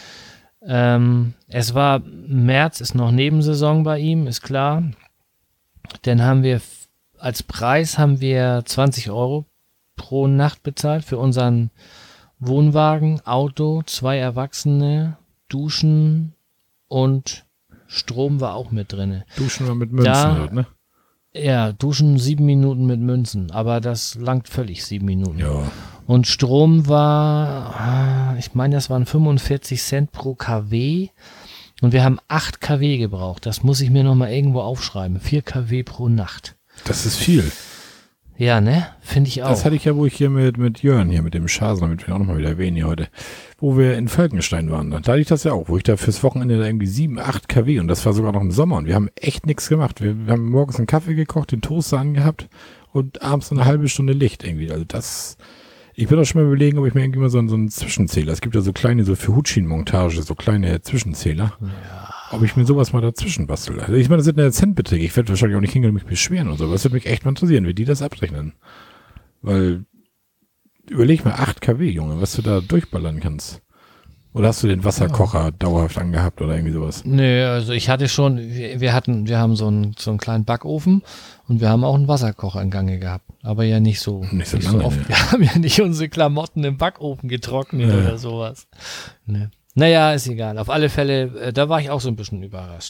Ähm, es war März, ist noch Nebensaison bei ihm, ist klar. Dann haben wir, als Preis haben wir zwanzig Euro pro Nacht bezahlt für unseren Wohnwagen, Auto, zwei Erwachsene, Duschen und Strom war auch mit drin. Duschen wir mit Münzen da, halt, ne? Ja, duschen sieben Minuten mit Münzen, aber das langt völlig, sieben Minuten. Ja. Und Strom war, ich meine, das waren fünfundvierzig Cent pro Kilowatt und wir haben acht Kilowatt gebraucht. Das muss ich mir nochmal irgendwo aufschreiben. vier Kilowatt pro Nacht. Das ist viel. Ja, ne? Finde ich auch. Das hatte ich ja, wo ich hier mit, mit Jörn hier, mit dem Schasen, damit wir auch nochmal wieder erwähnen hier heute, wo wir in Falkenstein waren. Da hatte ich das ja auch, wo ich da fürs Wochenende da irgendwie sieben, acht Kilowatt und das war sogar noch im Sommer und wir haben echt nichts gemacht. Wir, wir haben morgens einen Kaffee gekocht, den Toaster angehabt und abends eine halbe Stunde Licht irgendwie. Also das, ich bin auch schon mal überlegen, ob ich mir irgendwie mal so, einen- so einen Zwischenzähler, es gibt ja so kleine, so für Hutschinenmontage, so kleine Zwischenzähler. Ja. Ob ich mir sowas mal dazwischen bastel. Also ich meine, das sind ja Centbeträge. Ich werde wahrscheinlich auch nicht hingehen und mich beschweren und so, aber es würde mich echt mal interessieren, wie die das abrechnen. Weil, überleg mal, acht Kilowatt, Junge, was du da durchballern kannst. Oder hast du den Wasserkocher dauerhaft angehabt oder irgendwie sowas? Nö, also ich hatte schon, wir, wir hatten, wir haben so einen, so einen kleinen Backofen und wir haben auch einen Wasserkocher in Gange gehabt. Aber ja nicht so, Nicht so lange, oft. ne. Wir haben ja nicht unsere Klamotten im Backofen getrocknet Ja. oder sowas. Ne. Naja, ist egal. Auf alle Fälle, äh, da war ich auch so ein bisschen überrascht.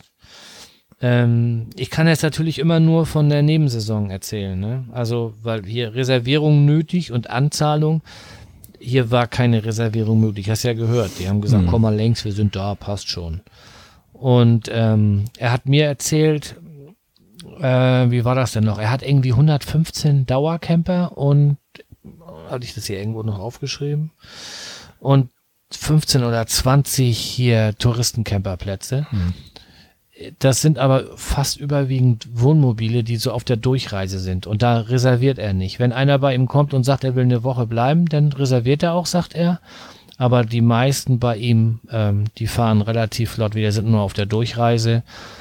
Ähm, ich kann jetzt natürlich immer nur von der Nebensaison erzählen, ne? Also, weil hier Reservierung nötig und Anzahlung, hier war keine Reservierung möglich. Hast ja gehört. Die haben gesagt, Mhm. komm mal längs, wir sind da, passt schon. Und ähm, er hat mir erzählt, äh, wie war das denn noch? Er hat irgendwie hundertfünfzehn Dauercamper und, hatte ich das hier irgendwo noch aufgeschrieben? Und fünfzehn oder zwanzig hier Touristencamperplätze. Mhm. Das sind aber fast überwiegend Wohnmobile, die so auf der Durchreise sind. Und da reserviert er nicht. Wenn einer bei ihm kommt und sagt, er will eine Woche bleiben, dann reserviert er auch, sagt er. Aber die meisten bei ihm, ähm, die fahren relativ flott wieder, sind nur auf der Durchreise.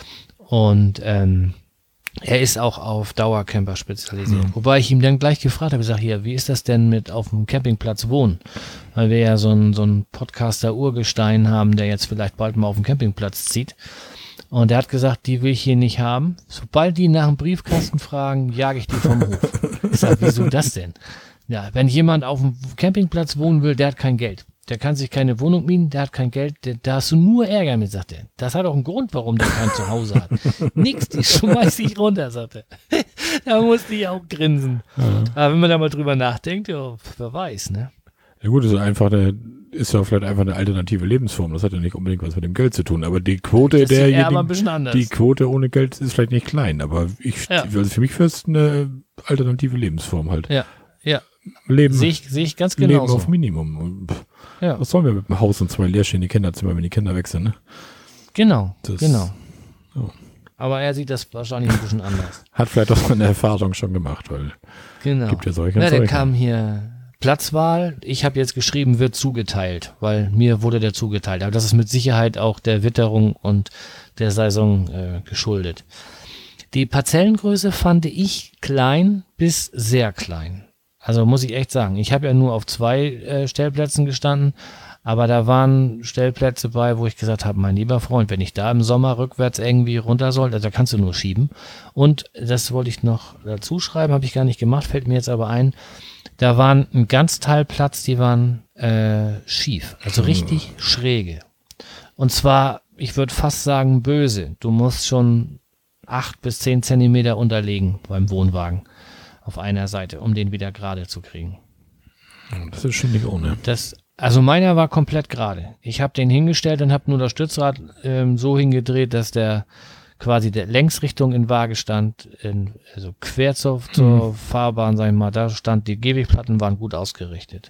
Und ähm, er ist auch auf Dauercamper spezialisiert. Mhm. Wobei ich ihm dann gleich gefragt habe, ich sage, hier, wie ist das denn mit auf dem Campingplatz wohnen? Weil wir ja so einen so einen Podcaster-Urgestein haben, der jetzt vielleicht bald mal auf dem Campingplatz zieht. Und er hat gesagt, die will ich hier nicht haben. Sobald die nach dem Briefkasten fragen, jage ich die vom Hof. Ich sage, wieso das denn? Ja, wenn jemand auf dem Campingplatz wohnen will, der hat kein Geld. Der kann sich keine Wohnung mieten, der hat kein Geld, der, da hast du nur Ärger mit, sagt er. Das hat auch einen Grund, warum der kein Zuhause hat. Nix, die schmeiß ich runter, sagt er. Da musste ich auch grinsen. Ja. Aber wenn man da mal drüber nachdenkt, ja, wer weiß, ne? Ja gut, ist einfach eine, ist ja vielleicht einfach eine alternative Lebensform. Das hat ja nicht unbedingt was mit dem Geld zu tun. Aber die Quote Das sieht er aber ein derjenigen, bisschen anders. die Quote ohne Geld ist vielleicht nicht klein. Aber ich, Ja. also für mich wäre es eine alternative Lebensform halt. Ja, ja. Leben, Sehe ich, sehe ich ganz Leben genauso. auf Minimum. Und pff, Ja, was sollen wir mit dem Haus und zwei leerstehende Kinderzimmer, wenn die Kinder weg sind, ne? genau, Das- genau. ja. Aber er sieht das wahrscheinlich ein bisschen anders. Hat vielleicht auch seine Erfahrung schon gemacht, weil Genau. gibt ja solche und Ja, der solche. kam hier Platzwahl. Ich habe jetzt geschrieben, wird zugeteilt, weil mir wurde der zugeteilt. Aber das ist mit Sicherheit auch der Witterung und der Saison äh, geschuldet. Die Parzellengröße fand ich klein bis sehr klein. Also muss ich echt sagen, ich habe ja nur auf zwei äh, Stellplätzen gestanden, aber da waren Stellplätze bei, wo ich gesagt habe, mein lieber Freund, wenn ich da im Sommer rückwärts irgendwie runter soll, also da kannst du nur schieben. Und das wollte ich noch dazu schreiben, habe ich gar nicht gemacht, fällt mir jetzt aber ein. Da waren ein Ganzteilplatz, die waren äh, schief, also richtig schräge. Und zwar, ich würde fast sagen, böse. Du musst schon acht bis zehn Zentimeter unterlegen beim Wohnwagen auf einer Seite, um den wieder gerade zu kriegen. Das ist schon nicht ohne. Das, also meiner war komplett gerade. Ich habe den hingestellt und habe nur das Stützrad ähm, so hingedreht, dass der quasi der Längsrichtung in Waage stand, in, also quer zur, zur Mhm. Fahrbahn, sag ich mal, da stand, die Gehwegplatten waren gut ausgerichtet.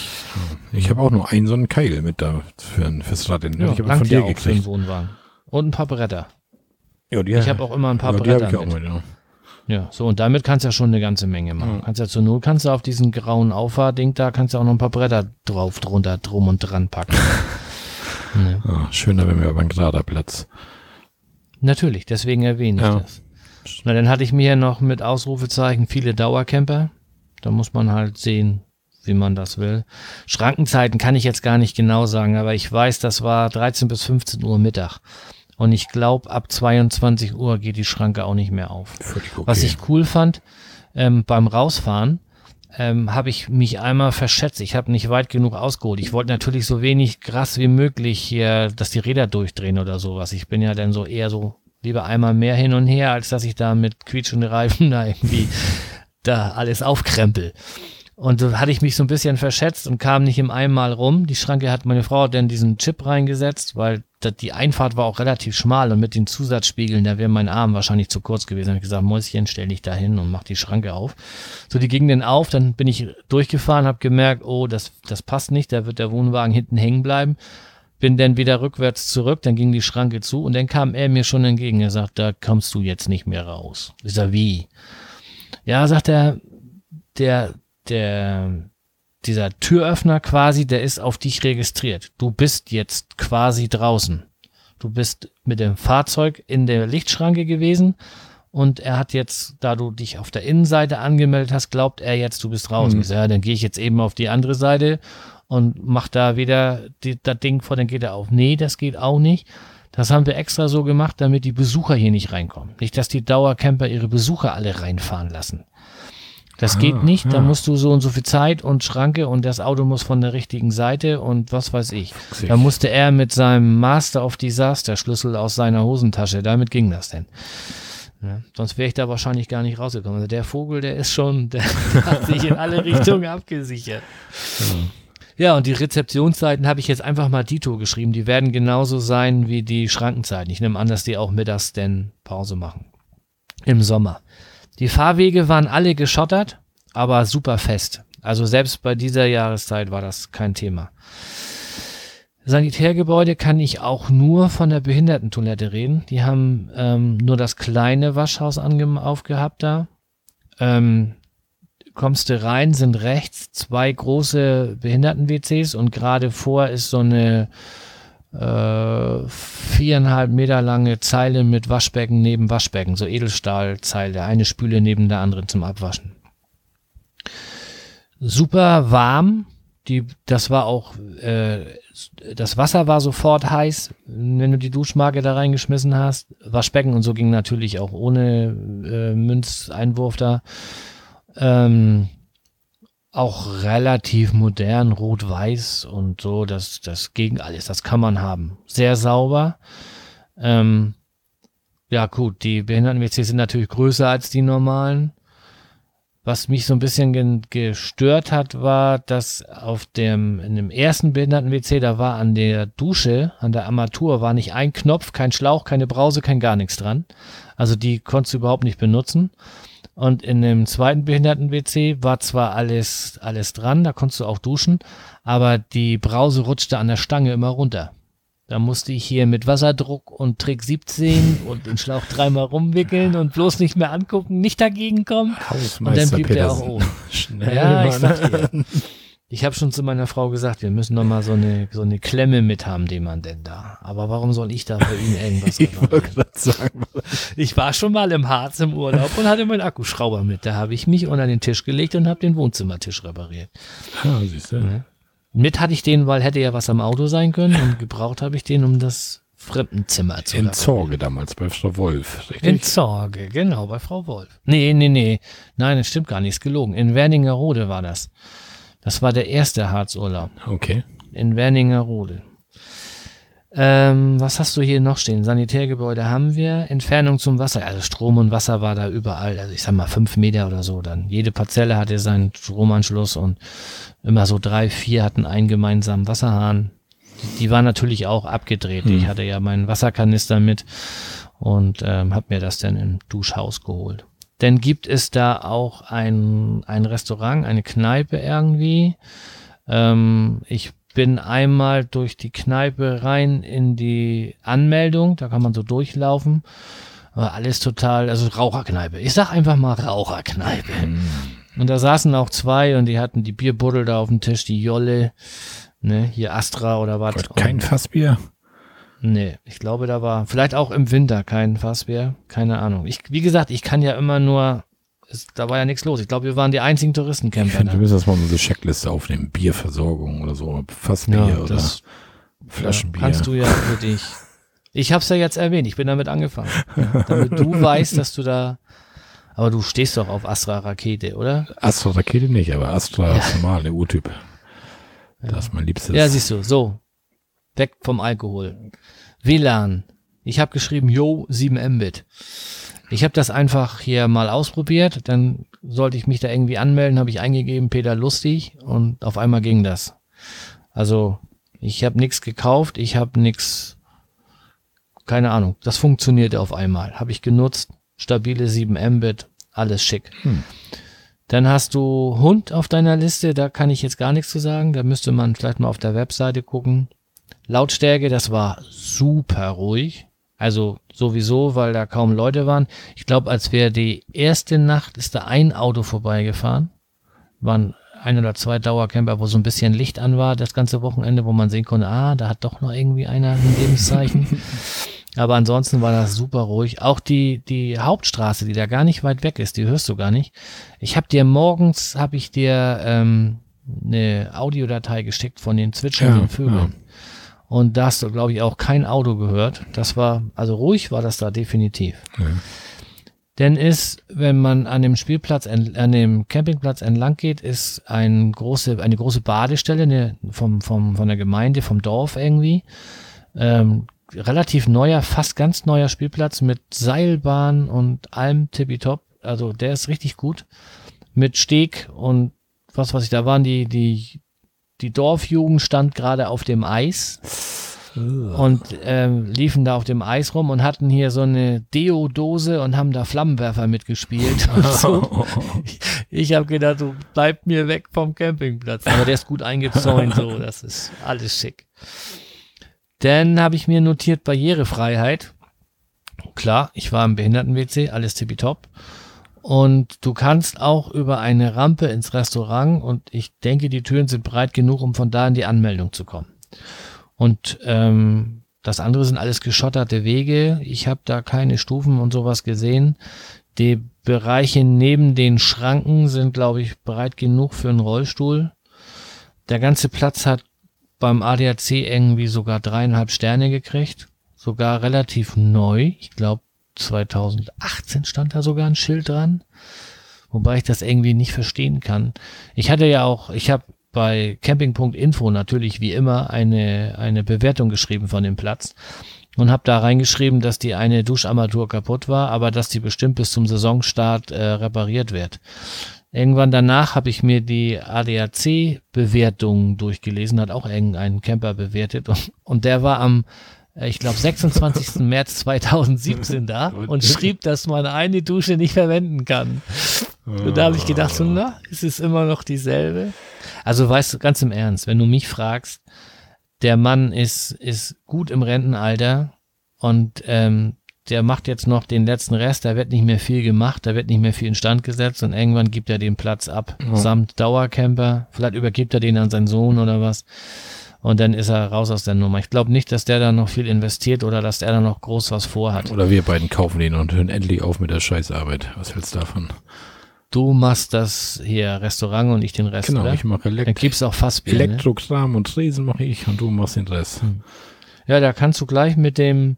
Ich habe auch nur einen so einen Keil mit da für ein, fürs Rad. Den Ja, hab ich aber langt von ja dir auch für einen gekriegt. Wohnwagen. Und ein paar Bretter. Ja, die, ich habe auch immer ein paar ja, Bretter die ich auch mit. Mit, ja. ja, so und damit kannst du ja schon eine ganze Menge machen. Ja. Kannst ja zur Not, kannst du auf diesen grauen Auffahrding, da kannst du auch noch ein paar Bretter drauf, drunter, drum und dran packen. ja. Ja, schöner, wenn wir über einen gerader Platz. Natürlich, deswegen erwähne ich ja. das. Na, dann hatte ich mir noch mit Ausrufezeichen viele Dauercamper. Da muss man halt sehen, wie man das will. Schrankenzeiten kann ich jetzt gar nicht genau sagen, aber ich weiß, das war dreizehn bis fünfzehn Uhr Mittag. Und ich glaube, ab zweiundzwanzig Uhr geht die Schranke auch nicht mehr auf. Okay. Was ich cool fand, ähm, beim Rausfahren ähm, habe ich mich einmal verschätzt. Ich habe nicht weit genug ausgeholt. Ich wollte natürlich so wenig Gras wie möglich hier, dass die Räder durchdrehen oder sowas. Ich bin ja dann so eher so lieber einmal mehr hin und her, als dass ich da mit quietschenden Reifen da irgendwie da alles aufkrempel. Und so hatte ich mich so ein bisschen verschätzt und kam nicht im einmal rum. Die Schranke hat meine Frau dann diesen Chip reingesetzt, weil die Einfahrt war auch relativ schmal und mit den Zusatzspiegeln, da wäre mein Arm wahrscheinlich zu kurz gewesen. Da habe ich gesagt, Mäuschen, stell dich da hin und mach die Schranke auf. So, die ging dann auf, dann bin ich durchgefahren, habe gemerkt, oh, das, das passt nicht, da wird der Wohnwagen hinten hängen bleiben. Bin dann wieder rückwärts zurück, dann ging die Schranke zu und dann kam er mir schon entgegen. Er sagt, da kommst du jetzt nicht mehr raus. Ich sag, wie? Ja, sagt er, der, der, dieser Türöffner quasi, der ist auf dich registriert. Du bist jetzt quasi draußen. Du bist mit dem Fahrzeug in der Lichtschranke gewesen und er hat jetzt, da du dich auf der Innenseite angemeldet hast, glaubt er jetzt, du bist draußen. Mhm. Ich sag, ja, dann gehe ich jetzt eben auf die andere Seite und mach da wieder die, das Ding vor, dann geht er auf. Nee, das geht auch nicht. Das haben wir extra so gemacht, damit die Besucher hier nicht reinkommen. Nicht, dass die Dauercamper ihre Besucher alle reinfahren lassen. Das ah, geht nicht, ja. Da musst du so und so viel Zeit und Schranke und das Auto muss von der richtigen Seite und was weiß ich. Fuchsig. Da musste er mit seinem Master of Disaster Schlüssel aus seiner Hosentasche, damit ging das denn. Ja, sonst wäre ich da wahrscheinlich gar nicht rausgekommen. Also der Vogel, der ist schon, der hat sich in alle Richtungen abgesichert. Ja. Ja, und die Rezeptionszeiten habe ich jetzt einfach mal Dito geschrieben. Die werden genauso sein wie die Schrankenzeiten. Ich nehme an, dass die auch mittags denn Pause machen. Im Sommer. Die Fahrwege waren alle geschottert, aber super fest. Also selbst bei dieser Jahreszeit war das kein Thema. Sanitärgebäude kann ich auch nur von der Behindertentoilette reden. Die haben ähm, nur das kleine Waschhaus ange- aufgehabt da. Ähm, kommst du rein, sind rechts zwei große Behinderten-W Cs und gerade vor ist so eine äh, viereinhalb Meter lange Zeile mit Waschbecken neben Waschbecken, so Edelstahlzeile, eine Spüle neben der anderen zum Abwaschen. Super warm, die, das war auch, äh, das Wasser war sofort heiß, wenn du die Duschmarke da reingeschmissen hast. Waschbecken und so ging natürlich auch ohne äh, Münzeinwurf da. Ähm, auch relativ modern, rot-weiß und so, das, das gegen alles, das kann man haben. Sehr sauber. Ähm, ja gut, die Behinderten-W Cs sind natürlich größer als die normalen. Was mich so ein bisschen gen- gestört hat, war, dass auf dem, in dem ersten Behinderten-W C, da war an der Dusche, an der Armatur, war nicht ein Knopf, kein Schlauch, keine Brause, kein gar nichts dran. Also die konntest du überhaupt nicht benutzen. Und in dem zweiten Behinderten-W C war zwar alles, alles dran, da konntest du auch duschen, aber die Brause rutschte an der Stange immer runter. Da musste ich hier mit Wasserdruck und Trick siebzehn und den Schlauch dreimal rumwickeln und bloß nicht mehr angucken, nicht dagegen kommen. Und dann blieb der auch oben. Schnell, ja, ich sag dir. Ich habe schon zu meiner Frau gesagt, wir müssen noch mal so eine, so eine Klemme mit haben, den man denn da. Aber warum soll ich da bei Ihnen irgendwas ich wollte gerade sagen. Ich war schon mal im Harz im Urlaub und hatte meinen Akkuschrauber mit. Da habe ich mich unter den Tisch gelegt und habe den Wohnzimmertisch repariert. Ja, siehst du. Ja. Mit hatte ich den, weil hätte ja was am Auto sein können und gebraucht habe ich den, um das Fremdenzimmer zu reparieren. In Zorge damals bei Frau Wolf, richtig? In Zorge, genau, bei Frau Wolf. Nee, nee, nee. Nein, das stimmt gar nicht, ist gelogen. In Wernigerode war das. Das war der erste Harzurlaub. Okay. In Wernigerode. Ähm, was hast du hier noch stehen? Sanitärgebäude haben wir. Entfernung zum Wasser. Also Strom und Wasser war da überall. Also ich sag mal fünf Meter oder so. Dann jede Parzelle hatte seinen Stromanschluss und immer so drei, vier hatten einen gemeinsamen Wasserhahn. Die waren natürlich auch abgedreht. Hm. Ich hatte ja meinen Wasserkanister mit und ähm, habe mir das dann im Duschhaus geholt. Dann gibt es da auch ein, ein Restaurant, eine Kneipe irgendwie. Ähm, ich bin einmal durch die Kneipe rein in die Anmeldung, da kann man so durchlaufen. Aber alles total, also Raucherkneipe. Ich sag einfach mal Raucherkneipe. Mm. Und da saßen auch zwei und die hatten die Bierbuddel da auf dem Tisch, die Jolle, ne, hier Astra oder was. Kein Fassbier? Nee, ich glaube, da war vielleicht auch im Winter kein Fassbier, keine Ahnung. Ich, wie gesagt, ich kann ja immer nur, es, da war ja nichts los. Ich glaube, wir waren die einzigen Touristencamper. Ich finde, wir müssen das mal unsere Checkliste aufnehmen. Bierversorgung oder so, Fassbier ja, oder das, Flaschenbier. Ja, kannst du ja für dich. Ich hab's ja jetzt erwähnt, ich bin damit angefangen. Ja, damit du weißt, dass du da, aber du stehst doch auf Astra Rakete, oder? Astra Rakete nicht, aber Astra ist normal, der U-Typ. Ja. Das ist mein Liebstes. Ja, siehst du, so. Weg vom Alkohol. W L A N. Ich habe geschrieben, yo, sieben Mbit. Ich habe das einfach hier mal ausprobiert, dann sollte ich mich da irgendwie anmelden, habe ich eingegeben, Peter Lustig und auf einmal ging das. Also ich habe nichts gekauft, ich habe nichts, keine Ahnung, das funktionierte auf einmal. Habe ich genutzt, stabile sieben Mbit, alles schick. Hm. Dann hast du Hund auf deiner Liste, da kann ich jetzt gar nichts zu sagen, da müsste man vielleicht mal auf der Webseite gucken. Lautstärke, das war super ruhig. Also sowieso, weil da kaum Leute waren. Ich glaube, als wir die erste Nacht ist da ein Auto vorbeigefahren. Waren ein oder zwei Dauercamper, wo so ein bisschen Licht an war, das ganze Wochenende, wo man sehen konnte, ah, da hat doch noch irgendwie einer ein Lebenszeichen. Aber ansonsten war das super ruhig. Auch die die Hauptstraße, die da gar nicht weit weg ist, die hörst du gar nicht. Ich habe dir morgens, habe ich dir ähm, eine Audiodatei geschickt von den zwitschernden ja, Vögeln. Ja. Und da hast du, glaube ich, auch kein Auto gehört. Das war, also ruhig war das da definitiv. Ja. Denn ist, wenn man an dem Spielplatz, an dem Campingplatz entlang geht, ist ein große, eine große Badestelle eine, vom, vom, von der Gemeinde, vom Dorf irgendwie. Ähm, relativ neuer, fast ganz neuer Spielplatz mit Seilbahn und allem tippitopp. Also der ist richtig gut. Mit Steg und was, was ich da waren, die, die, Die Dorfjugend stand gerade auf dem Eis und ähm, liefen da auf dem Eis rum und hatten hier so eine Deo-Dose und haben da Flammenwerfer mitgespielt. Und so. Ich, ich habe gedacht, du bleib mir weg vom Campingplatz. Aber der ist gut eingezäunt, so, das ist alles schick. Dann habe ich mir notiert Barrierefreiheit. Klar, ich war im Behinderten-W C, alles tippitopp. Und du kannst auch über eine Rampe ins Restaurant und ich denke, die Türen sind breit genug, um von da in die Anmeldung zu kommen. Und ähm, das andere sind alles geschotterte Wege. Ich habe da keine Stufen und sowas gesehen. Die Bereiche neben den Schranken sind, glaube ich, breit genug für einen Rollstuhl. Der ganze Platz hat beim A D A C irgendwie sogar dreieinhalb Sterne gekriegt. Sogar relativ neu. Ich glaube, zweitausendachtzehn stand da sogar ein Schild dran, wobei ich das irgendwie nicht verstehen kann. Ich hatte ja auch, ich habe bei camping punkt info natürlich wie immer eine eine Bewertung geschrieben von dem Platz und habe da reingeschrieben, dass die eine Duscharmatur kaputt war, aber dass die bestimmt bis zum Saisonstart äh, repariert wird. Irgendwann danach habe ich mir die A D A C-Bewertung durchgelesen, hat auch irgendein Camper bewertet und, und der war am ich glaube, sechsundzwanzigsten März zweitausendsiebzehn da und schrieb, dass man eine Dusche nicht verwenden kann. Und da habe ich gedacht, so, na, ist es immer noch dieselbe? Also weißt du, ganz im Ernst, wenn du mich fragst, der Mann ist, ist gut im Rentenalter und ähm, der macht jetzt noch den letzten Rest, da wird nicht mehr viel gemacht, da wird nicht mehr viel instand gesetzt und irgendwann gibt er den Platz ab, ja. Samt Dauercamper. Vielleicht übergibt er den an seinen Sohn oder was. Und dann ist er raus aus der Nummer. Ich glaube nicht, dass der da noch viel investiert oder dass der da noch groß was vorhat. Oder wir beiden kaufen den und hören endlich auf mit der Scheißarbeit. Was hältst du davon? Du machst das hier Restaurant und ich den Rest, genau, oder? Ich mache Elekt- dann gibt's auch Fassbier, Elektrokram, ne? Und Tresen mache ich und du machst den Rest. Ja, da kannst du gleich mit dem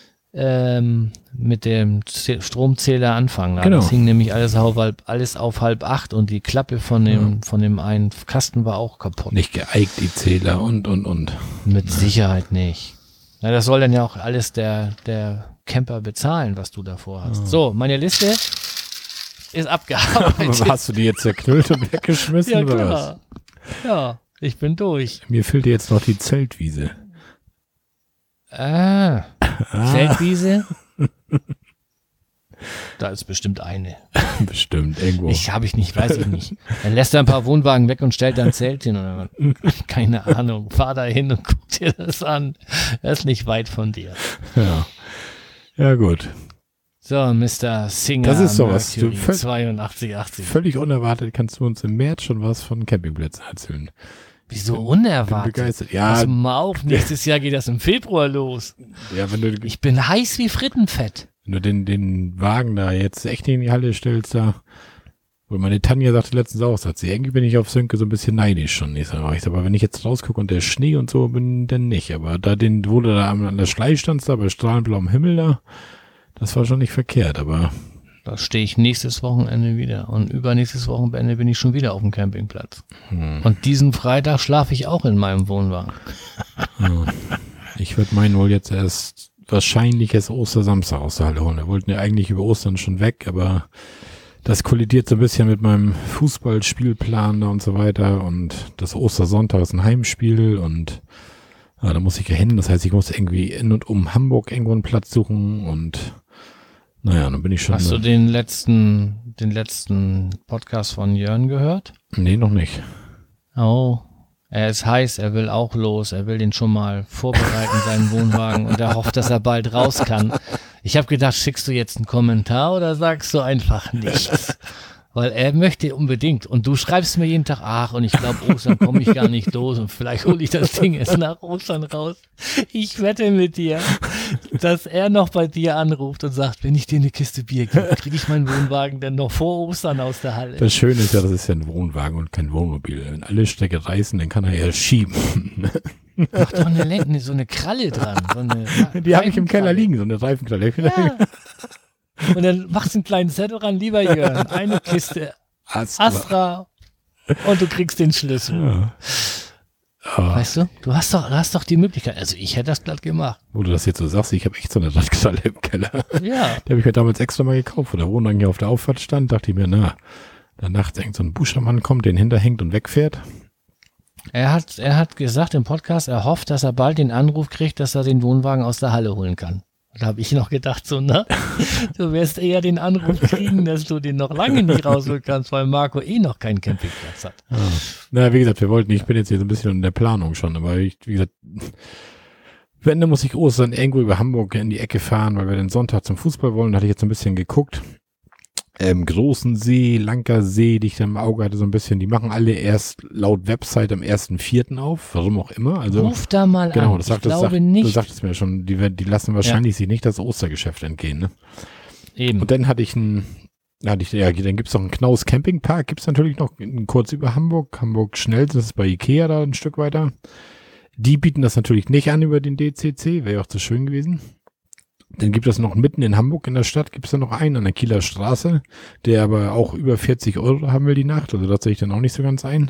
ähm, mit dem Z- Stromzähler anfangen. Genau. Das hing nämlich alles auf halb, alles auf halb acht und die Klappe von dem, ja. von dem einen Kasten war auch kaputt. Nicht geeignet, die Zähler und, und, und. Mit Sicherheit nicht. Na, das soll dann ja auch alles der, der Camper bezahlen, was du davor hast. Ja. So, meine Liste ist abgearbeitet. Hast du die jetzt zerknüllt und weggeschmissen ja, oder klar. was? Ja, ich bin durch. Mir fehlt jetzt noch die Zeltwiese. Ah, ah. Zeltwiese? Da ist bestimmt eine. Bestimmt, irgendwo. Ich habe ich nicht, weiß ich nicht. Dann lässt er ein paar Wohnwagen weg und stellt da ein Zelt hin. Oder keine Ahnung. Fahr da hin und guck dir das an. Das ist nicht weit von dir. Ja. Ja, gut. So, Mister Singer. Das ist sowas. Mercury, du zweiundachtzig achtzig. Völlig unerwartet kannst du uns im März schon was von Campingplätzen erzählen. Wieso unerwartet? Bin begeistert. Ja. Pass mal auf, nächstes Jahr geht das im Februar los. Ja, wenn du, ich bin heiß wie Frittenfett. Wenn du den, den Wagen da jetzt echt in die Halle stellst, da, wo meine Tanja sagte letztens auch, sagt sie, irgendwie bin ich auf Sönke so ein bisschen neidisch schon. Ich sag, aber wenn ich jetzt rausgucke und der Schnee und so bin, dann nicht. Aber da den, wo du da an der Schleich standst, da bei strahlend blauem Himmel da, das war schon nicht verkehrt, aber. Da stehe ich nächstes Wochenende wieder und übernächstes Wochenende bin ich schon wieder auf dem Campingplatz. Hm. Und diesen Freitag schlafe ich auch in meinem Wohnwagen. Ja. Ich würde meinen wohl jetzt erst wahrscheinlich erst Ostersamstag aus der Halle holen. Wir wollten ja eigentlich über Ostern schon weg, aber das kollidiert so ein bisschen mit meinem Fußballspielplan da und so weiter und das Ostersonntag ist ein Heimspiel und ja, da muss ich ja hin. Das heißt, ich muss irgendwie in und um Hamburg irgendwo einen Platz suchen und naja, dann bin ich schon. Hast du den letzten, den letzten Podcast von Jörn gehört? Nee, noch nicht. Oh, er ist heiß, er will auch los, er will den schon mal vorbereiten, seinen Wohnwagen, und er hofft, dass er bald raus kann. Ich habe gedacht, schickst du jetzt einen Kommentar oder sagst du einfach nichts? Weil er möchte unbedingt. Und du schreibst mir jeden Tag, ach, und ich glaube, Ostern komme ich gar nicht los und vielleicht hole ich das Ding erst nach Ostern raus. Ich wette mit dir, dass er noch bei dir anruft und sagt, wenn ich dir eine Kiste Bier gebe, kriege ich meinen Wohnwagen denn noch vor Ostern aus der Halle. Das Schöne ist ja, das ist ja ein Wohnwagen und kein Wohnmobil. Wenn alle Strecke reißen, dann kann er ja schieben. Mach doch eine Lenken, so eine Kralle dran. So eine Die habe ich im Keller liegen, so eine Reifenkralle. Ja. Und dann machst du einen kleinen Zettel ran, lieber Jörn, eine Kiste Astra, Astra und du kriegst den Schlüssel. Ja. Oh. Weißt du, du hast doch, du hast doch die Möglichkeit. Also ich hätte das glatt gemacht. Wo du das jetzt so sagst, ich habe echt so eine Radkralle im Keller. Ja. Die habe ich mir damals extra mal gekauft, wo der Wohnwagen hier auf der Auffahrt stand. Dachte ich mir, na, da nachts irgend so ein Buschermann kommt, den hinterhängt und wegfährt. Er hat, er hat gesagt im Podcast, er hofft, dass er bald den Anruf kriegt, dass er den Wohnwagen aus der Halle holen kann. Da habe ich noch gedacht, so, ne? Du wirst eher den Anruf kriegen, dass du den noch lange nicht rausholen kannst, weil Marco eh noch keinen Campingplatz hat. Ja. Na, wie gesagt, wir wollten, ich bin jetzt hier so ein bisschen in der Planung schon, aber ich, wie gesagt, wenn, dann muss ich Ostern irgendwo über Hamburg in die Ecke fahren, weil wir den Sonntag zum Fußball wollen. Da hatte ich jetzt so ein bisschen geguckt. Ähm, Großen See, Lanker See, die ich da im Auge hatte, so ein bisschen, die machen alle erst laut Website am ersten vierten auf, warum auch immer. Also, ruf da mal genau, an, das sagt, ich das glaube sagt, nicht. Du sagtest mir schon, die, die lassen wahrscheinlich ja. sich nicht das Ostergeschäft entgehen. Ne? Eben. Und dann hatte ich ein, hatte ich, ja, dann gibt's noch einen Knaus Campingpark, gibt's natürlich noch kurz über Hamburg, Hamburg schnell, das ist bei Ikea da ein Stück weiter. Die bieten das natürlich nicht an über den D C C, wäre ja auch zu schön gewesen. Dann gibt es noch mitten in Hamburg in der Stadt, gibt es da noch einen an der Kieler Straße, der aber auch über vierzig Euro haben will die Nacht, also das sehe ich dann auch nicht so ganz ein.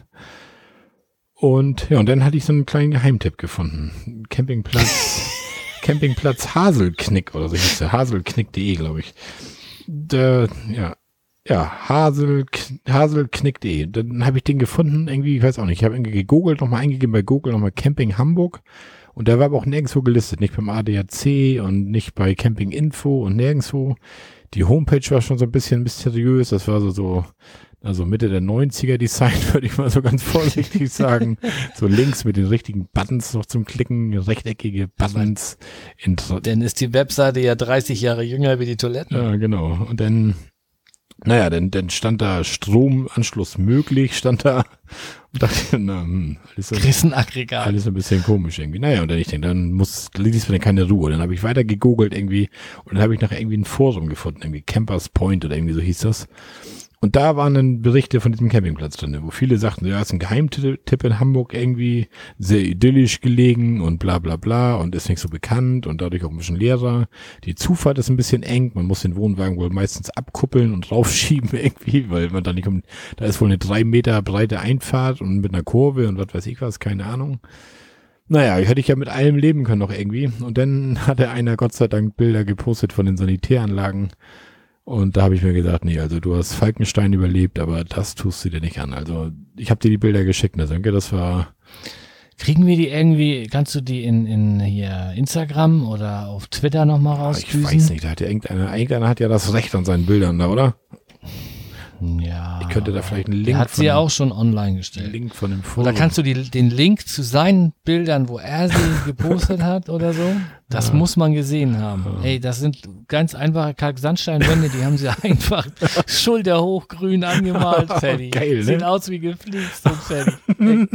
Und ja, und dann hatte ich so einen kleinen Geheimtipp gefunden. Campingplatz, Campingplatz Haselknick oder so hieß der, haselknick punkt de, glaube ich. Der, ja, ja, Hasel, haselknick punkt de. Dann habe ich den gefunden, irgendwie, ich weiß auch nicht, ich habe irgendwie gegoogelt, nochmal eingegeben bei Google, nochmal Camping Hamburg. Und der war aber auch nirgendwo gelistet, nicht beim A D A C und nicht bei Camping Info und nirgendwo. Die Homepage war schon so ein bisschen mysteriös, das war so, so also Mitte der neunziger Design, würde ich mal so ganz vorsichtig sagen. So links mit den richtigen Buttons noch zum Klicken, rechteckige Buttons. Dann ist die Webseite ja dreißig Jahre jünger wie die Toiletten. Ja, genau. Und dann, naja, dann, dann stand da Stromanschluss möglich, stand da. Und dachte, na, hm, alles so, Krissenaggregat. Alles ein bisschen komisch irgendwie. Naja, und dann ich denke, dann muss, ließ mir dann keine Ruhe. Dann habe ich weiter gegoogelt irgendwie und dann habe ich nachher irgendwie ein Forum gefunden, irgendwie Campers Point oder irgendwie so hieß das. Und da waren dann Berichte von diesem Campingplatz drin, wo viele sagten, ja, ist ein Geheimtipp in Hamburg irgendwie, sehr idyllisch gelegen und bla bla bla und ist nicht so bekannt und dadurch auch ein bisschen leerer. Die Zufahrt ist ein bisschen eng, man muss den Wohnwagen wohl meistens abkuppeln und raufschieben irgendwie, weil man da nicht um, da ist wohl eine drei Meter breite Einfahrt und mit einer Kurve und was weiß ich was, keine Ahnung. Naja, hätte ich ja mit allem leben können noch irgendwie. Und dann hatte einer Gott sei Dank Bilder gepostet von den Sanitäranlagen. Und da habe ich mir gedacht, nee, also du hast Falkenstein überlebt, aber das tust du dir nicht an. Also ich habe dir die Bilder geschickt, ne, danke, das war... Kriegen wir die irgendwie, kannst du die in, in hier Instagram oder auf Twitter nochmal rausdüsen? Ich weiß nicht, da hat ja irgendeiner, irgendeiner hat ja das Recht an seinen Bildern da, oder? Ja. Ich könnte da vielleicht einen Link Der hat von sie ja dem- auch schon online gestellt. einen Link von dem Forum. Oder kannst du die, den Link zu seinen Bildern, wo er sie gepostet hat oder so? Das Ja. muss man gesehen haben. Ja. Ey, das sind ganz einfache Kalksandsteinwände, die haben sie einfach schulterhochgrün angemalt, fertig. Geil, ne? Sieht aus wie gefliest und fertig. Ey.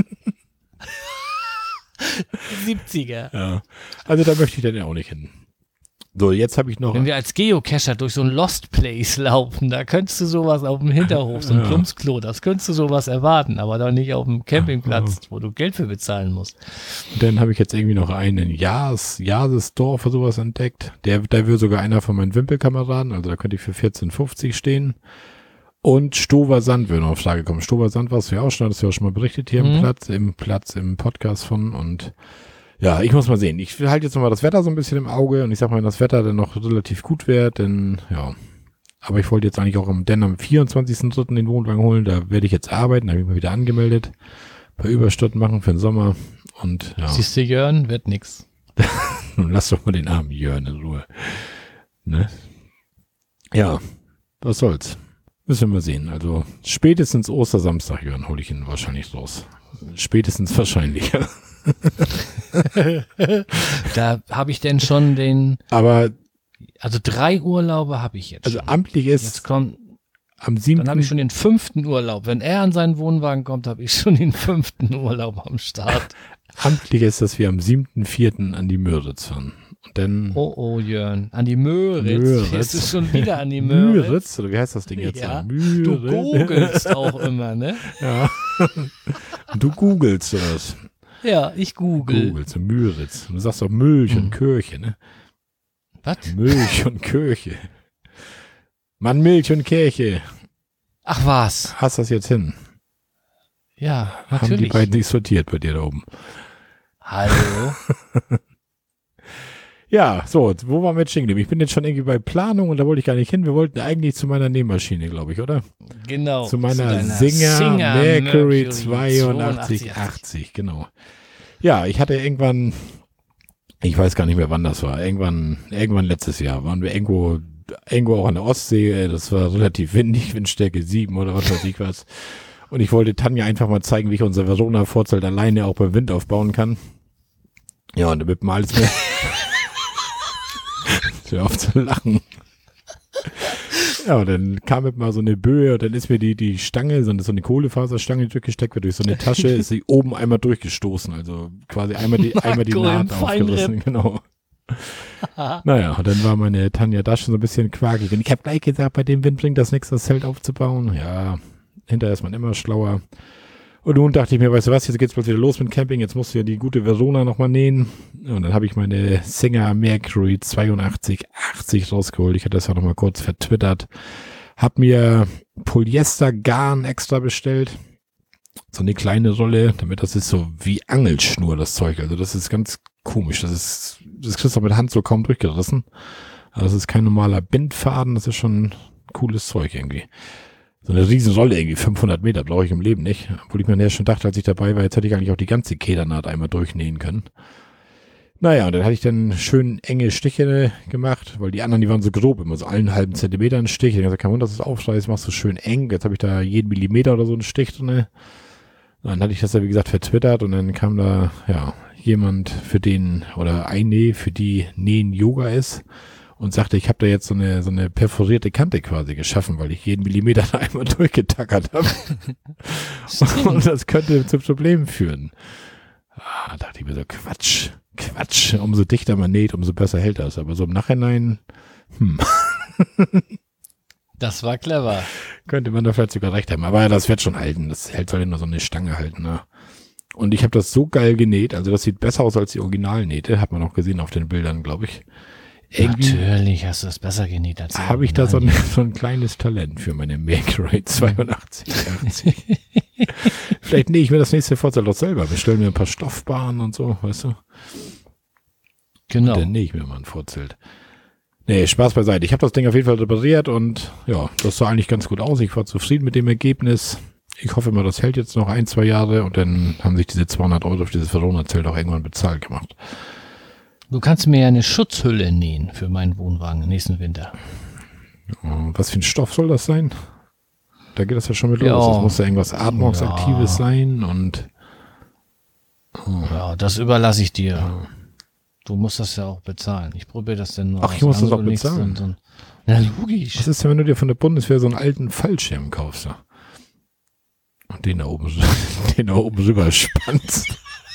siebziger. Ja. Also da möchte ich dann ja auch nicht hin. So, jetzt habe ich noch. Wenn wir als Geocacher durch so ein Lost Place laufen, da könntest du sowas auf dem Hinterhof, so ein Ja. Plumpsklo, das könntest du sowas erwarten, aber doch nicht auf dem Campingplatz, wo du Geld für bezahlen musst. Dann habe ich jetzt irgendwie noch einen Jahres, Jahresdorf oder sowas entdeckt. Der, der will sogar einer von meinen Wimpelkameraden, also da könnte ich für vierzehn fünfzig stehen. Und Stover Sand würde noch auf Frage kommen. Stover Sand warst du ja auch schon, das hast du ja auch schon mal berichtet hier Mhm. im Platz, im Platz, im Podcast von. Und ja, ich muss mal sehen. Ich halte jetzt nochmal das Wetter so ein bisschen im Auge und ich sag mal, wenn das Wetter dann noch relativ gut wird, dann ja. Aber ich wollte jetzt eigentlich auch am, denn am vierundzwanzigsten dritten den Wohnwagen holen, da werde ich jetzt arbeiten, da habe ich mich mal wieder angemeldet. Ein paar Überstunden machen für den Sommer und ja. Siehst du, Jörn, wird nix. Nun lass doch mal den armen Jörn in Ruhe. Ne? Ja, was soll's. Müssen wir mal sehen. Also spätestens Ostersamstag, Jörn, hole ich ihn wahrscheinlich raus. Spätestens wahrscheinlich. Da habe ich denn schon den, Aber also drei Urlaube habe ich jetzt also schon. amtlich Jetzt ist kommt, am siebten dann habe ich schon den fünften Urlaub. Wenn er an seinen Wohnwagen kommt, habe ich schon den fünften Urlaub am Start. amtlich ist, dass wir am siebten vierten an die Müritz fahren. Und dann Oh, oh, Jörn. An die Möritz. Müritz. Jetzt ist schon wieder an die Müritz. Müritz, oder wie heißt das Ding jetzt? Ja, Müritz. du googelst auch immer, ne? Ja. Du googelst das. Ja, ich google. Googelst, Müritz. Du sagst auch Milch Hm. und Kirche, ne? Was? Milch und Kirche. Mann, Milch und Kirche. Ach was. Hast das jetzt hin? Ja, Haben die natürlich. beiden nicht sortiert bei dir da oben? Hallo. Ja, so, wo waren wir jetzt stehen geblieben? Ich bin jetzt schon irgendwie bei Planung und da wollte ich gar nicht hin. Wir wollten eigentlich zu meiner Nähmaschine, glaube ich, oder? Genau. Zu meiner deiner Singer, Mercury Mercury zweiundachtzig achtzig, genau. Ja, ich hatte irgendwann, ich weiß gar nicht mehr, wann das war, irgendwann, irgendwann letztes Jahr waren wir irgendwo, irgendwo auch an der Ostsee, das war relativ windig, Windstärke sieben oder was weiß ich was. Und ich wollte Tanja einfach mal zeigen, wie ich unser Verona-Vorzelt alleine auch beim Wind aufbauen kann. Ja, und damit mal alles mehr. Hör auf zu lachen. Ja, und dann kam mit mal so eine Böe und dann ist mir die, die Stange, so eine, so eine Kohlefaserstange, die durchgesteckt wird durch so eine Tasche, ist sie oben einmal durchgestoßen. Also quasi einmal die, einmal die Marco im Naht aufgerissen. Genau. Naja, und dann war meine Tanja da schon so ein bisschen quakig. Und ich habe gleich gesagt, bei dem Wind bringt das nichts, das Zelt aufzubauen. Ja, hinterher ist man immer schlauer. Und nun dachte ich mir, weißt du was, jetzt geht's bald wieder los mit Camping, jetzt musst du ja die gute Verona nochmal nähen. Und dann habe ich meine Singer Mercury zweiundachtzig achtzig rausgeholt. Ich hatte das ja nochmal kurz vertwittert. Hab mir Polyestergarn extra bestellt. So eine kleine Rolle, damit das ist so wie Angelschnur, das Zeug. Also das ist ganz komisch. Das ist, das kriegst du mit Hand so kaum durchgerissen. Also das ist kein normaler Bindfaden, das ist schon cooles Zeug irgendwie. So eine Riesenrolle irgendwie, fünfhundert Meter, brauche ich im Leben nicht. Obwohl ich mir ja schon dachte, als ich dabei war, jetzt hätte ich eigentlich auch die ganze Kedernaht einmal durchnähen können. Naja, und dann hatte ich dann schön enge Stiche gemacht, weil die anderen, die waren so grob, immer so einen halben Zentimeter ein Stich. Ich habe gesagt, kein Wunder, dass du es aufschneidest, machst du schön eng. Jetzt habe ich da jeden Millimeter oder so einen Stich drin. Dann hatte ich das ja, wie gesagt, vertwittert und dann kam da, ja, jemand, für den, oder ein Nee, für die Nähen Yoga ist. Und sagte, ich habe da jetzt so eine so eine perforierte Kante quasi geschaffen, weil ich jeden Millimeter da einmal durchgetackert habe. Und das könnte zu Problemen führen. Ah, dachte ich mir so, Quatsch, Quatsch. Umso dichter man näht, umso besser hält das. Aber so im Nachhinein, hm. Das war clever. Könnte man da vielleicht sogar recht haben. Aber das wird schon halten. Das hält soll ja nur so eine Stange halten. Ne? Und ich habe das so geil genäht. Also das sieht besser aus als die Originalnähte. Hat man auch gesehen auf den Bildern, glaube ich. Irgendwie Natürlich hast du das besser genäht als habe ich da so ein, so ein kleines Talent für meine Mercury zweiundachtzig achtzig. Vielleicht nähe ich mir das nächste Vorzelt doch selber. Bestellen mir ein paar Stoffbahnen und so, weißt du? Genau. Und dann nähe ich mir mal ein Vorzelt. Nee, Spaß beiseite. Ich habe das Ding auf jeden Fall repariert und ja, das sah eigentlich ganz gut aus. Ich war zufrieden mit dem Ergebnis. Ich hoffe mal, das hält jetzt noch ein, zwei Jahre und dann haben sich diese zweihundert Euro für dieses Verona-Zelt auch irgendwann bezahlt gemacht. Du kannst mir ja eine Schutzhülle nähen für meinen Wohnwagen nächsten Winter. Was für ein Stoff soll das sein? da geht das ja schon mit los. Das muss ja irgendwas Atmungsaktives ja. sein und oh. Ja, das überlasse ich dir. Ja. Du musst das ja auch bezahlen. Ich probiere das denn nur Ach, ich muss das auch bezahlen? So ja, logisch. Was ist denn, wenn du dir von der Bundeswehr so einen alten Fallschirm kaufst? Ja? Und den da oben, den da oben rüber spannst.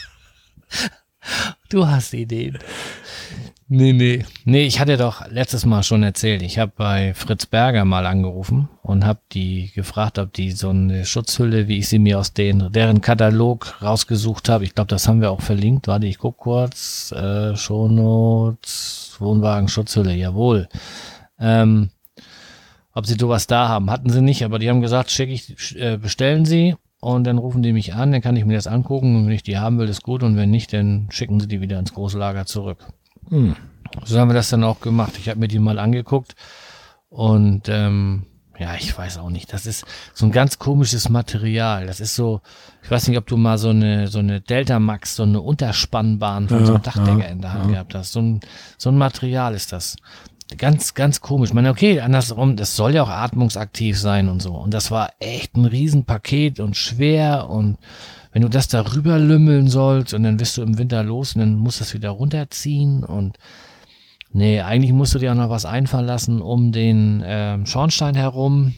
Du hast Ideen. Nee, nee. Nee, ich hatte doch letztes Mal schon erzählt, ich habe bei Fritz Berger mal angerufen und habe die gefragt, ob die so eine Schutzhülle, wie ich sie mir aus den, deren Katalog rausgesucht habe. Ich glaube, das haben wir auch verlinkt. Warte, ich guck kurz. Äh, Shownotes, Wohnwagen, Schutzhülle, jawohl. Ähm, ob sie sowas da haben. Hatten sie nicht, aber die haben gesagt, schick ich, äh, bestellen sie. Und dann rufen die mich an, dann kann ich mir das angucken. Und wenn ich die haben will, ist gut. Und wenn nicht, dann schicken sie die wieder ins Großlager zurück. Hm. So haben wir das dann auch gemacht. Ich habe mir die mal angeguckt. Und ähm, ja, ich weiß auch nicht. Das ist so ein ganz komisches Material. Das ist so, ich weiß nicht, ob du mal so eine so eine Delta Max, so eine Unterspannbahn von ja, so einem Dachdecker ja, in der Hand ja. gehabt hast. So ein, so ein Material ist das. Ganz, ganz komisch. Ich meine, okay, andersrum, das soll ja auch atmungsaktiv sein und so. Und das war echt ein Riesenpaket und schwer. Und wenn du das da rüber lümmeln sollst und dann bist du im Winter los und dann musst du das wieder runterziehen. Und nee, eigentlich musst du dir auch noch was einfallen lassen um den ähm, Schornstein herum.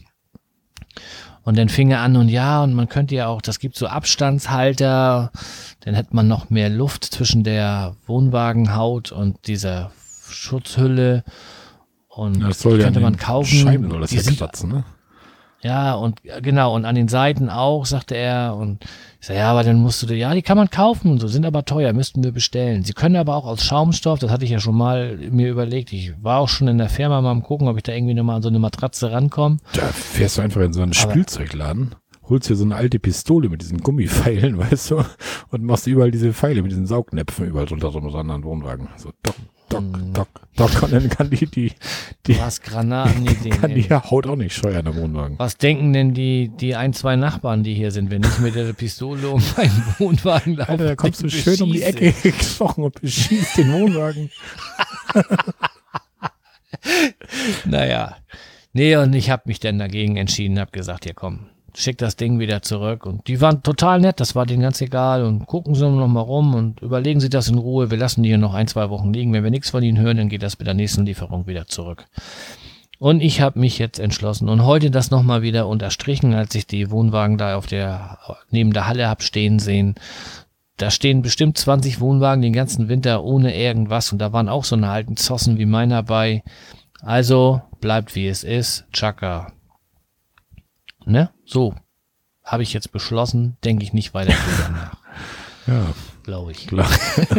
Und dann fing er an und ja, und man könnte ja auch, das gibt so Abstandshalter, dann hätte man noch mehr Luft zwischen der Wohnwagenhaut und dieser Schutzhülle. Und ja, das soll könnte ja man kaufen. Scheiben soll das die ja sind, kratzen, ne? Ja, und genau, und an den Seiten auch, sagte er. Und ich sage, ja, aber dann musst du dir, ja, die kann man kaufen und so, sind aber teuer, müssten wir bestellen. Sie können aber auch aus Schaumstoff, das hatte ich ja schon mal mir überlegt. Ich war auch schon in der Firma mal am gucken, ob ich da irgendwie nochmal an so eine Matratze rankomme. Da fährst du einfach in so einen aber Spielzeugladen, holst dir so eine alte Pistole mit diesen Gummipfeilen, weißt du, und machst überall diese Pfeile mit diesen Saugnäpfen überall drunter so einen anderen Wohnwagen. So, dock, dock, dock, dock. Und dann kann die, die, die, du hast Granatenideen. Kann die ja Haut auch nicht scheuern im Wohnwagen. Was denken denn die, die ein, zwei Nachbarn, die hier sind, wenn ich mit der Pistole um meinen Wohnwagen laufe? Alter, da kommst du schön um die Ecke gekrochen und beschießt den Wohnwagen. Naja. Nee, und ich habe mich dann dagegen entschieden, habe gesagt, hier komm, schick das Ding wieder zurück. Und die waren total nett, das war denen ganz egal. Und gucken sie noch mal rum und überlegen sie das in Ruhe. Wir lassen die hier noch ein, zwei Wochen liegen. Wenn wir nichts von ihnen hören, dann geht das mit der nächsten Lieferung wieder zurück. Und ich habe mich jetzt entschlossen und heute das nochmal wieder unterstrichen, als ich die Wohnwagen da auf der, neben der Halle hab stehen sehen. Da stehen bestimmt zwanzig Wohnwagen den ganzen Winter ohne irgendwas. Und da waren auch so eine alten Zossen wie meiner bei. Also bleibt wie es ist. Chaka. Ne? So. Habe ich jetzt beschlossen, denke ich nicht weiter drüber nach. Ja. Glaube ich. Klar.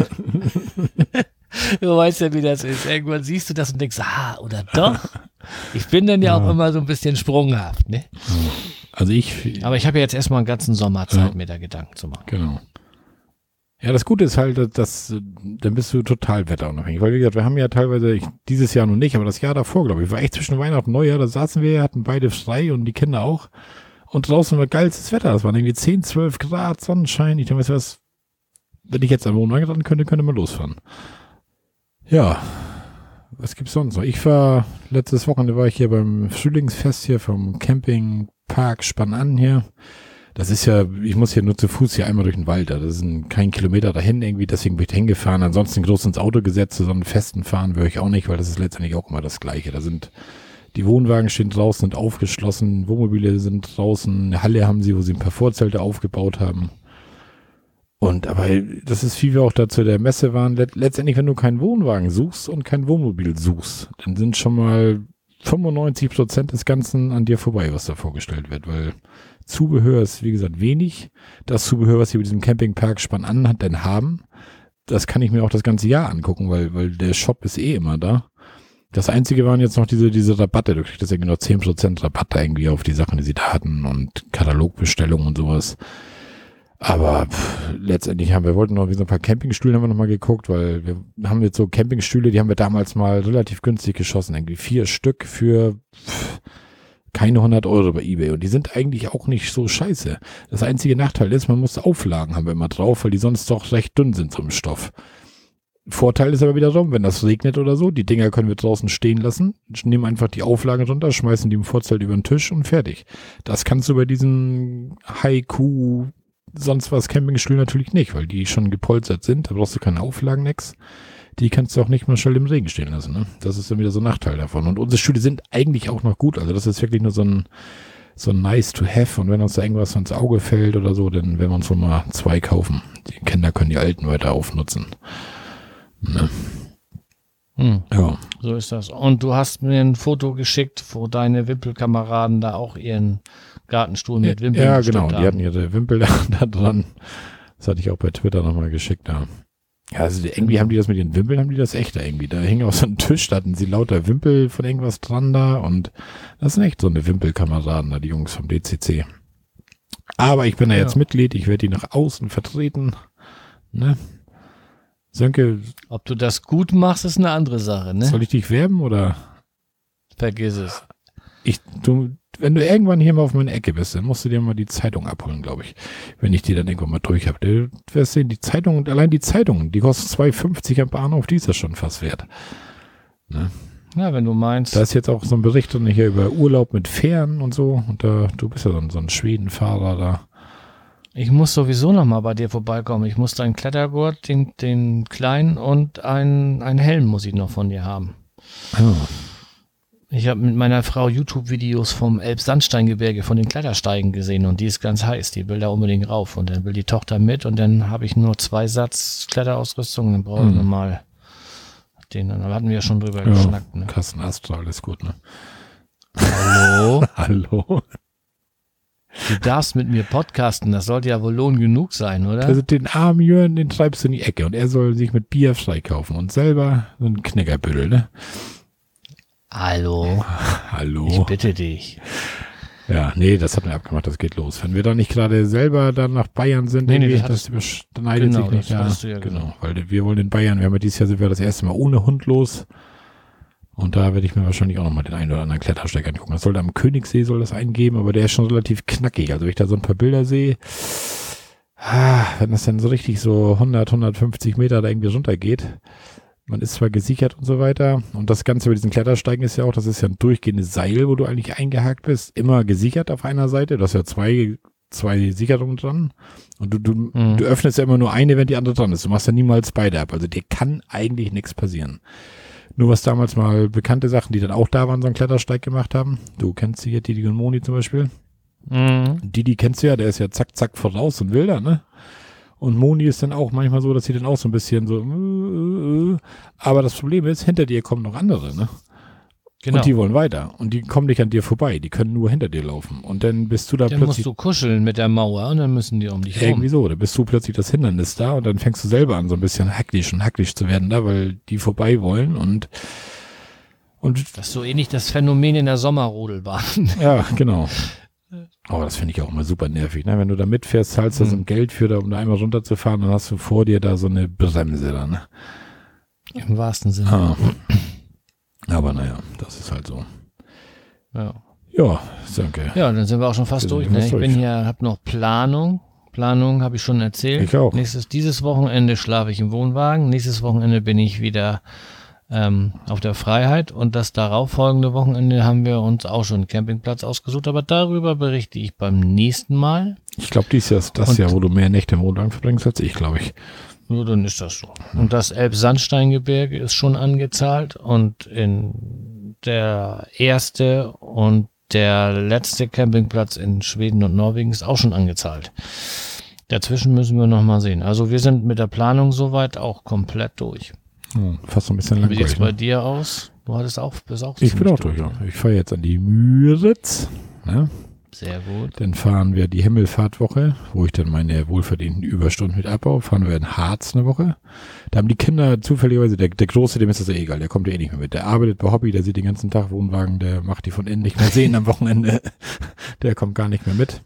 Du weißt ja, wie das ist. Irgendwann siehst du das und denkst, ah, oder doch? Ich bin dann ja, ja auch immer so ein bisschen sprunghaft, ne? Also ich. Aber ich habe ja jetzt erstmal einen ganzen Sommer Zeit, ja. mir da Gedanken zu machen. Genau. Ja, das Gute ist halt, dass, dann bist du total wetterunabhängig. Weil, wie gesagt, wir haben ja teilweise, ich, dieses Jahr noch nicht, aber das Jahr davor, glaube ich, war echt zwischen Weihnachten und Neujahr, da saßen wir, hatten beide frei und die Kinder auch. Und draußen war geilstes Wetter. Das waren irgendwie zehn, zwölf Grad, Sonnenschein. Ich denke, weißt du was, wenn ich jetzt am Wohnwagen ran könnte, könnte man losfahren. Ja, was gibt's sonst noch? Ich war, letztes Wochenende war ich hier beim Frühlingsfest hier vom Campingpark Spann-An hier. Das ist ja, ich muss hier nur zu Fuß hier einmal durch den Wald, das ist ein, kein Kilometer dahin irgendwie, deswegen bin ich hingefahren. Ansonsten groß ins Auto gesetzt, zu so einem Festen fahren würde ich auch nicht, weil das ist letztendlich auch immer das Gleiche. Da sind, die Wohnwagen stehen draußen, sind aufgeschlossen, Wohnmobile sind draußen, eine Halle haben sie, wo sie ein paar Vorzelte aufgebaut haben. Und, aber das ist, wie wir auch da zu der Messe waren, let, letztendlich, wenn du keinen Wohnwagen suchst und kein Wohnmobil suchst, dann sind schon mal fünfundneunzig Prozent des Ganzen an dir vorbei, was da vorgestellt wird, weil Zubehör ist, wie gesagt, wenig. Das Zubehör, was sie mit diesem Campingpark Spann-An hat, denn haben, das kann ich mir auch das ganze Jahr angucken, weil, weil der Shop ist eh immer da. Das Einzige waren jetzt noch diese, diese Rabatte. Du kriegst irgendwie noch zehn Prozent Rabatt irgendwie auf die Sachen, die sie da hatten und Katalogbestellungen und sowas. Aber pff, letztendlich haben wir, wollten noch wie so ein paar Campingstühle haben wir noch mal geguckt, weil wir haben jetzt so Campingstühle, die haben wir damals mal relativ günstig geschossen. Irgendwie vier Stück für pff, keine hundert Euro bei eBay. Und die sind eigentlich auch nicht so scheiße. Das einzige Nachteil ist, man muss Auflagen haben wir immer drauf, weil die sonst doch recht dünn sind, so im Stoff. Vorteil ist aber wiederum, wenn das regnet oder so, die Dinger können wir draußen stehen lassen, nehmen einfach die Auflagen runter, schmeißen die im Vorzelt über den Tisch und fertig. Das kannst du bei diesen Haiku, sonst was Campingstühlen natürlich nicht, weil die schon gepolstert sind, da brauchst du keine Auflagen, nix. Die kannst du auch nicht mal schnell im Regen stehen lassen, ne? Das ist dann wieder so ein Nachteil davon. Und unsere Stühle sind eigentlich auch noch gut, also das ist wirklich nur so ein, so nice to have und wenn uns da irgendwas ins Auge fällt oder so, dann werden wir uns wohl mal zwei kaufen. Die Kinder können die alten weiter aufnutzen. Ne? Hm. Ja. So ist das. Und du hast mir ein Foto geschickt, wo deine Wimpelkameraden da auch ihren Gartenstuhl mit Wimpeln ja, genau. haben. Die hatten ihre Wimpel da, da dran. Das hatte ich auch bei Twitter nochmal geschickt. Ja. Ja, also irgendwie haben die das mit den Wimpeln, haben die das echt da irgendwie. Da hing auf so einem Tisch, da hatten sie lauter Wimpel von irgendwas dran da und das sind echt so eine Wimpelkameraden da, die Jungs vom D C C. Aber ich bin da jetzt ja. Mitglied, ich werde die nach außen vertreten. Ne? Sönke. Ob du das gut machst, ist eine andere Sache, ne? Soll ich dich werben oder? Vergiss es. Ich, du, wenn du irgendwann hier mal auf meine Ecke bist, dann musst du dir mal die Zeitung abholen, glaube ich. Wenn ich die dann irgendwann mal durch habe. Du wirst sehen, die Zeitung und allein die Zeitung, die kostet zwei fünfzig am Bahnhof, die ist ja schon fast wert. Ne? Ja, wenn du meinst. Da ist jetzt auch so ein Bericht drin hier über Urlaub mit Fähren und so. Und da, du bist ja so ein, so ein Schwedenfahrer da. Ich muss sowieso noch mal bei dir vorbeikommen. Ich muss deinen Klettergurt, den, den kleinen und einen, einen Helm muss ich noch von dir haben. Oh. Ich habe mit meiner Frau YouTube-Videos vom Elbsandsteingebirge, von den Klettersteigen gesehen und die ist ganz heiß. Die will da unbedingt rauf und dann will die Tochter mit und dann habe ich nur zwei Satz Kletterausrüstung. Dann brauche ich hm. nochmal den. Da hatten wir ja schon drüber ja, geschnackt. Ne? Kasten Astral ist gut, ne? Hallo? Hallo? Du darfst mit mir podcasten, das sollte ja wohl Lohn genug sein, oder? Also den armen Jörn, den treibst du in die Ecke und er soll sich mit Bier freikaufen und selber so einen Knäckerbüttel, ne? Hallo. Hallo. Ich bitte dich. Ja, nee, das hat mir abgemacht, das geht los. Wenn wir da nicht gerade selber dann nach Bayern sind, nee, nee, das, das überschneidet genau, sich nicht. Das ja, ja genau, gesagt. weil wir wollen in Bayern, wir haben ja dieses Jahr sind wir das erste Mal ohne Hund los. Und da werde ich mir wahrscheinlich auch nochmal den einen oder anderen Klettersteig angucken. Das soll da am Königssee soll das eingeben, aber der ist schon relativ knackig. Also wenn ich da so ein paar Bilder sehe, ah, wenn das dann so richtig so hundert, hundertfünfzig Meter da irgendwie runtergeht, man ist zwar gesichert und so weiter. Und das Ganze bei diesen Klettersteigen ist ja auch, das ist ja ein durchgehendes Seil, wo du eigentlich eingehakt bist. Immer gesichert auf einer Seite. Du hast ja zwei, zwei Sicherungen dran. Und du, du, mhm. du öffnest ja immer nur eine, wenn die andere dran ist. Du machst ja niemals beide ab. Also dir kann eigentlich nichts passieren. Nur was damals mal bekannte Sachen, die dann auch da waren, so einen Klettersteig gemacht haben. Du kennst sie hier, Didi und Moni zum Beispiel. Mhm. Didi kennst du ja, der ist ja zack, zack voraus und wilder, ne? Und Moni ist dann auch manchmal so, dass sie dann auch so ein bisschen so, äh, äh, aber das Problem ist, hinter dir kommen noch andere, ne? Genau. Und die wollen weiter. Und die kommen nicht an dir vorbei. Die können nur hinter dir laufen. Und dann bist du da dann plötzlich. Dann musst du kuscheln mit der Mauer und dann müssen die um dich rum. Irgendwie so. Da bist du plötzlich das Hindernis da und dann fängst du selber an, so ein bisschen hacklisch und hacklisch zu werden da, weil die vorbei wollen und, und. Das ist so ähnlich das Phänomen in der Sommerrodelbahn. Ja, genau. Aber das finde ich auch immer super nervig, ne? Wenn du da mitfährst, zahlst du mhm. so ein Geld für da, um da einmal runterzufahren, dann hast du vor dir da so eine Bremse da, ne? Im wahrsten Sinne. Ah. Aber naja, das ist halt so. Ja. Ja, danke. Ja, dann sind wir auch schon fast durch. Ne? Ich durch. bin hier, habe noch Planung. Planung habe ich schon erzählt. Ich auch. Nächstes, dieses Wochenende schlafe ich im Wohnwagen. Nächstes Wochenende bin ich wieder ähm, auf der Freiheit. Und das darauffolgende Wochenende haben wir uns auch schon einen Campingplatz ausgesucht. Aber darüber berichte ich beim nächsten Mal. Ich glaube, dies Jahr ist das Jahr, wo du mehr Nächte im Wohnwagen verbringst als ich, glaube ich. Nur dann ist das so. Und das Elbsandsteingebirge ist schon angezahlt und in der erste und der letzte Campingplatz in Schweden und Norwegen ist auch schon angezahlt. Dazwischen müssen wir noch mal sehen. Also wir sind mit der Planung soweit auch komplett durch. Hm, fast so ein bisschen langweilig. Wie sieht's bei ne? dir aus? Du hattest auch, bist auch Ich bin auch durch, ja. Ich fahre jetzt an die Müritz. Ne? Sehr gut. Dann fahren wir die Himmelfahrtwoche, wo ich dann meine wohlverdienten Überstunden mit abbaue. Fahren wir in Harz eine Woche. Da haben die Kinder zufälligerweise, der, der Große, dem ist das ja egal, der kommt ja eh nicht mehr mit. Der arbeitet bei Hobby, der sieht den ganzen Tag Wohnwagen, der macht die von innen nicht mehr sehen am Wochenende. Der kommt gar nicht mehr mit.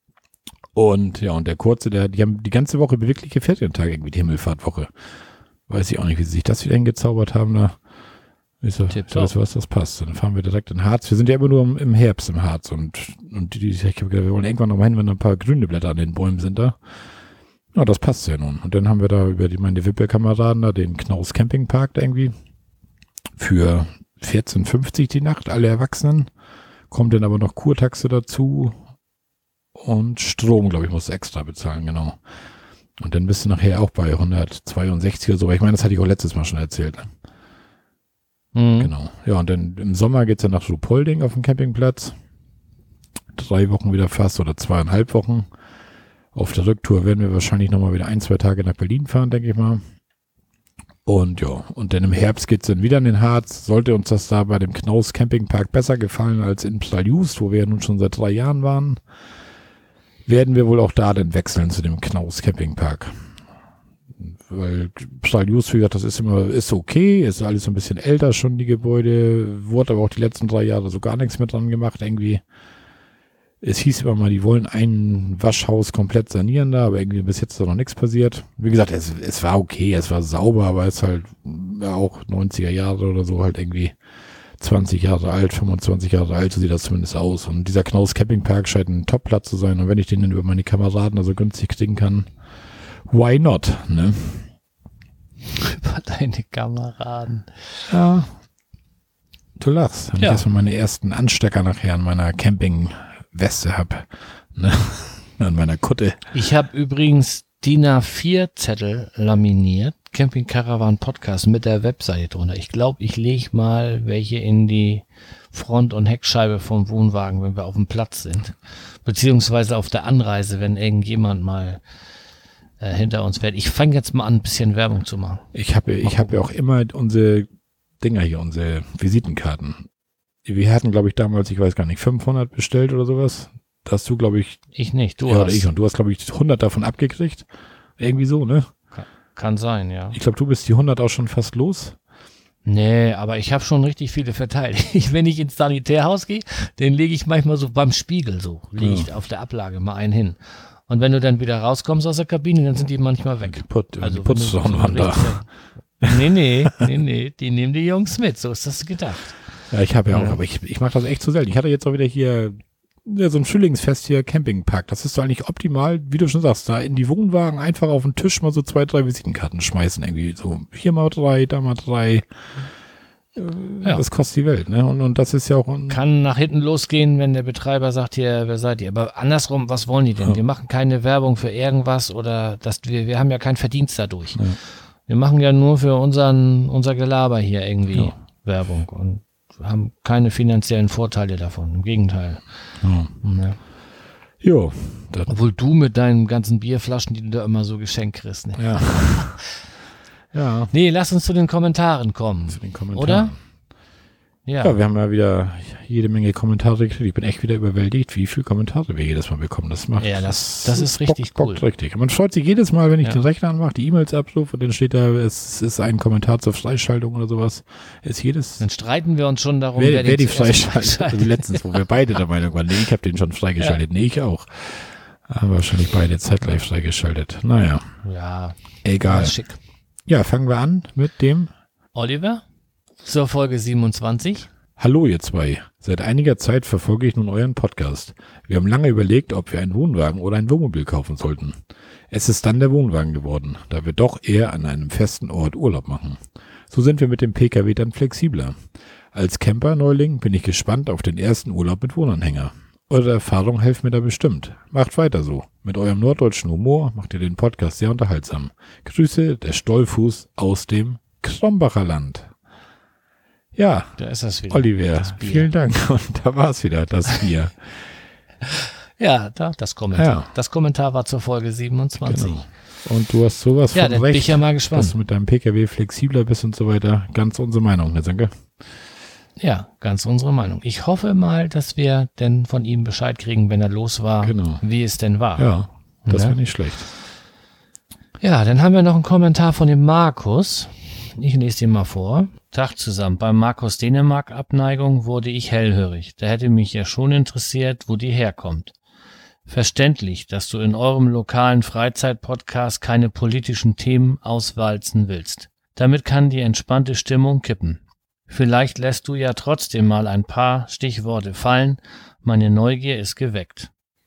Und ja, und der Kurze, der, die haben die ganze Woche bewegliche Ferientage irgendwie, die Himmelfahrtwoche. Weiß ich auch nicht, wie sie sich das wieder hingezaubert haben da. Ich so, das was, das passt. Dann fahren wir direkt in Harz. Wir sind ja immer nur im Herbst im Harz und, und die, die, ich habe gedacht, wir wollen irgendwann noch mal hin, wenn noch ein paar grüne Blätter an den Bäumen sind da. Ja, das passt ja nun. Und dann haben wir da über die, meine Wippelkameraden da den Knaus Campingpark da irgendwie für vierzehn fünfzig die Nacht, alle Erwachsenen. Kommt dann aber noch Kurtaxe dazu und Strom, glaube ich, muss extra bezahlen, genau. Und dann bist du nachher auch bei hundertzweiundsechzig oder so. Ich meine, das hatte ich auch letztes Mal schon erzählt. Mhm. Genau. Ja, und dann im Sommer geht's dann nach Ruhpolding auf dem Campingplatz. Drei Wochen wieder fast oder zweieinhalb Wochen. Auf der Rücktour werden wir wahrscheinlich nochmal wieder ein, zwei Tage nach Berlin fahren, denke ich mal. Und ja, und dann im Herbst geht's dann wieder in den Harz. Sollte uns das da bei dem Knaus Campingpark besser gefallen als in Psaljus, wo wir ja nun schon seit drei Jahren waren, werden wir wohl auch da dann wechseln zu dem Knaus Campingpark. Weil Psaljus, wie gesagt, das ist immer, ist okay, ist alles so ein bisschen älter schon, die Gebäude, wurde aber auch die letzten drei Jahre so gar nichts mehr dran gemacht, irgendwie. Es hieß immer mal, die wollen ein Waschhaus komplett sanieren da, aber irgendwie bis jetzt ist da noch nichts passiert. Wie gesagt, es, es war okay, es war sauber, aber es ist halt ja, auch neunziger Jahre oder so halt irgendwie zwanzig Jahre alt, fünfundzwanzig Jahre alt, so sieht das zumindest aus. Und dieser Knaus Campingpark scheint ein Top-Platz zu sein. Und wenn ich den dann über meine Kameraden also günstig kriegen kann, why not, ne? Über deine Kameraden. Ja. Du lachst. Wenn ja. ich erstmal meine ersten Anstecker nachher an meiner Campingweste habe, ne? An meiner Kutte. Ich habe übrigens D I N A vier Zettel laminiert, Camping Caravan Podcast mit der Webseite drunter. Ich glaube, ich lege mal welche in die Front- und Heckscheibe vom Wohnwagen, wenn wir auf dem Platz sind. Beziehungsweise auf der Anreise, wenn irgendjemand mal äh, hinter uns fährt. Ich fange jetzt mal an, ein bisschen Werbung zu machen. Ich habe ich habe ja auch immer unsere Dinger hier, unsere Visitenkarten. Wir hatten, glaube ich, damals, ich weiß gar nicht, fünfhundert bestellt oder sowas. Da hast du, glaube ich... Ich nicht, du ja, hast. Oder ich. Und du hast, glaube ich, hundert davon abgekriegt. Irgendwie so, ne? Kann, kann sein, ja. Ich glaube, du bist die hundert auch schon fast los. Nee, aber ich habe schon richtig viele verteilt. Ich, wenn ich ins Sanitärhaus gehe, den lege ich manchmal so beim Spiegel so. Lege ich ja. auf der Ablage mal einen hin. Und wenn du dann wieder rauskommst aus der Kabine, dann sind die manchmal weg. Die Put, also die Putzsachen waren da. Nee, nee, nee, nee, die nehmen die Jungs mit. So ist das gedacht. Ja, ich habe ja auch, ja. aber ich, ich mache das echt zu selten. Ich hatte jetzt auch wieder hier ja, so ein Frühlingsfest hier, Campingpark. Das ist doch eigentlich optimal, wie du schon sagst, da in die Wohnwagen einfach auf den Tisch mal so zwei, drei Visitenkarten schmeißen irgendwie. So hier mal drei, da mal drei. Ja. Das kostet die Welt, ne? Und, und das ist ja auch... Ein Kann nach hinten losgehen, wenn der Betreiber sagt, hier, wer seid ihr? Aber andersrum, was wollen die denn? Ja. Wir machen keine Werbung für irgendwas oder das, wir, wir haben ja keinen Verdienst dadurch. Ja. Wir machen ja nur für unseren, unser Gelaber hier irgendwie ja. Werbung und haben keine finanziellen Vorteile davon. Im Gegenteil. Ja. Ja. Jo. Obwohl du mit deinen ganzen Bierflaschen, die du da immer so geschenkt kriegst. Ne? Ja. Ja. Nee, lass uns zu den Kommentaren kommen. Zu den Kommentaren. Oder? Ja. Ja, wir haben ja wieder jede Menge Kommentare gekriegt. Ich bin echt wieder überwältigt, wie viele Kommentare wir jedes Mal bekommen. Das macht Ja, das, das ist richtig Bock, cool. Bock richtig. Man freut sich jedes Mal, wenn ich ja. den Rechner anmache, die E-Mails abrufe und dann steht da, es ist ein Kommentar zur Freischaltung oder sowas. Ist jedes. Dann streiten wir uns schon darum, wer, wer, wer die freischaltet. Also wie letztens, wo wir beide der Meinung waren, nee, ich habe den schon freigeschaltet. Ja. Nee, ich auch. Aber wahrscheinlich beide zeitgleich freigeschaltet. Naja. Ja. Egal. Schick. Ja, fangen wir an mit dem Oliver zur Folge siebenundzwanzig. Hallo ihr zwei. Seit einiger Zeit verfolge ich nun euren Podcast. Wir haben lange überlegt, ob wir einen Wohnwagen oder ein Wohnmobil kaufen sollten. Es ist dann der Wohnwagen geworden, da wir doch eher an einem festen Ort Urlaub machen. So sind wir mit dem Pkw dann flexibler. Als Camper-Neuling bin ich gespannt auf den ersten Urlaub mit Wohnanhänger. Eure Erfahrung hilft mir da bestimmt. Macht weiter so. Mit eurem norddeutschen Humor macht ihr den Podcast sehr unterhaltsam. Grüße, der Stollfuß aus dem Krombacher Land. Ja, da ist das wieder. Oliver, vielen Dank. Und da war es wieder, das Bier. Ja, da, das Kommentar. Ja. Das Kommentar war zur Folge siebenundzwanzig. Genau. Und du hast sowas ja, von recht, recht, bin ich ja mal gespannt, dass du mit deinem Pkw flexibler bist und so weiter. Ganz unsere Meinung, ne, Sanke? Ja, ganz unsere Meinung. Ich hoffe mal, dass wir denn von ihm Bescheid kriegen, wenn er los war, genau. wie es denn war. Ja, das ja? wäre nicht schlecht. Ja, dann haben wir noch einen Kommentar von dem Markus. Ich lese den mal vor. Tag zusammen. Beim Markus Dänemark-Abneigung wurde ich hellhörig. Da hätte mich ja schon interessiert, wo die herkommt. Verständlich, dass du in eurem lokalen Freizeit-Podcast keine politischen Themen auswalzen willst. Damit kann die entspannte Stimmung kippen. Vielleicht lässt du ja trotzdem mal ein paar Stichworte fallen. Meine Neugier ist geweckt.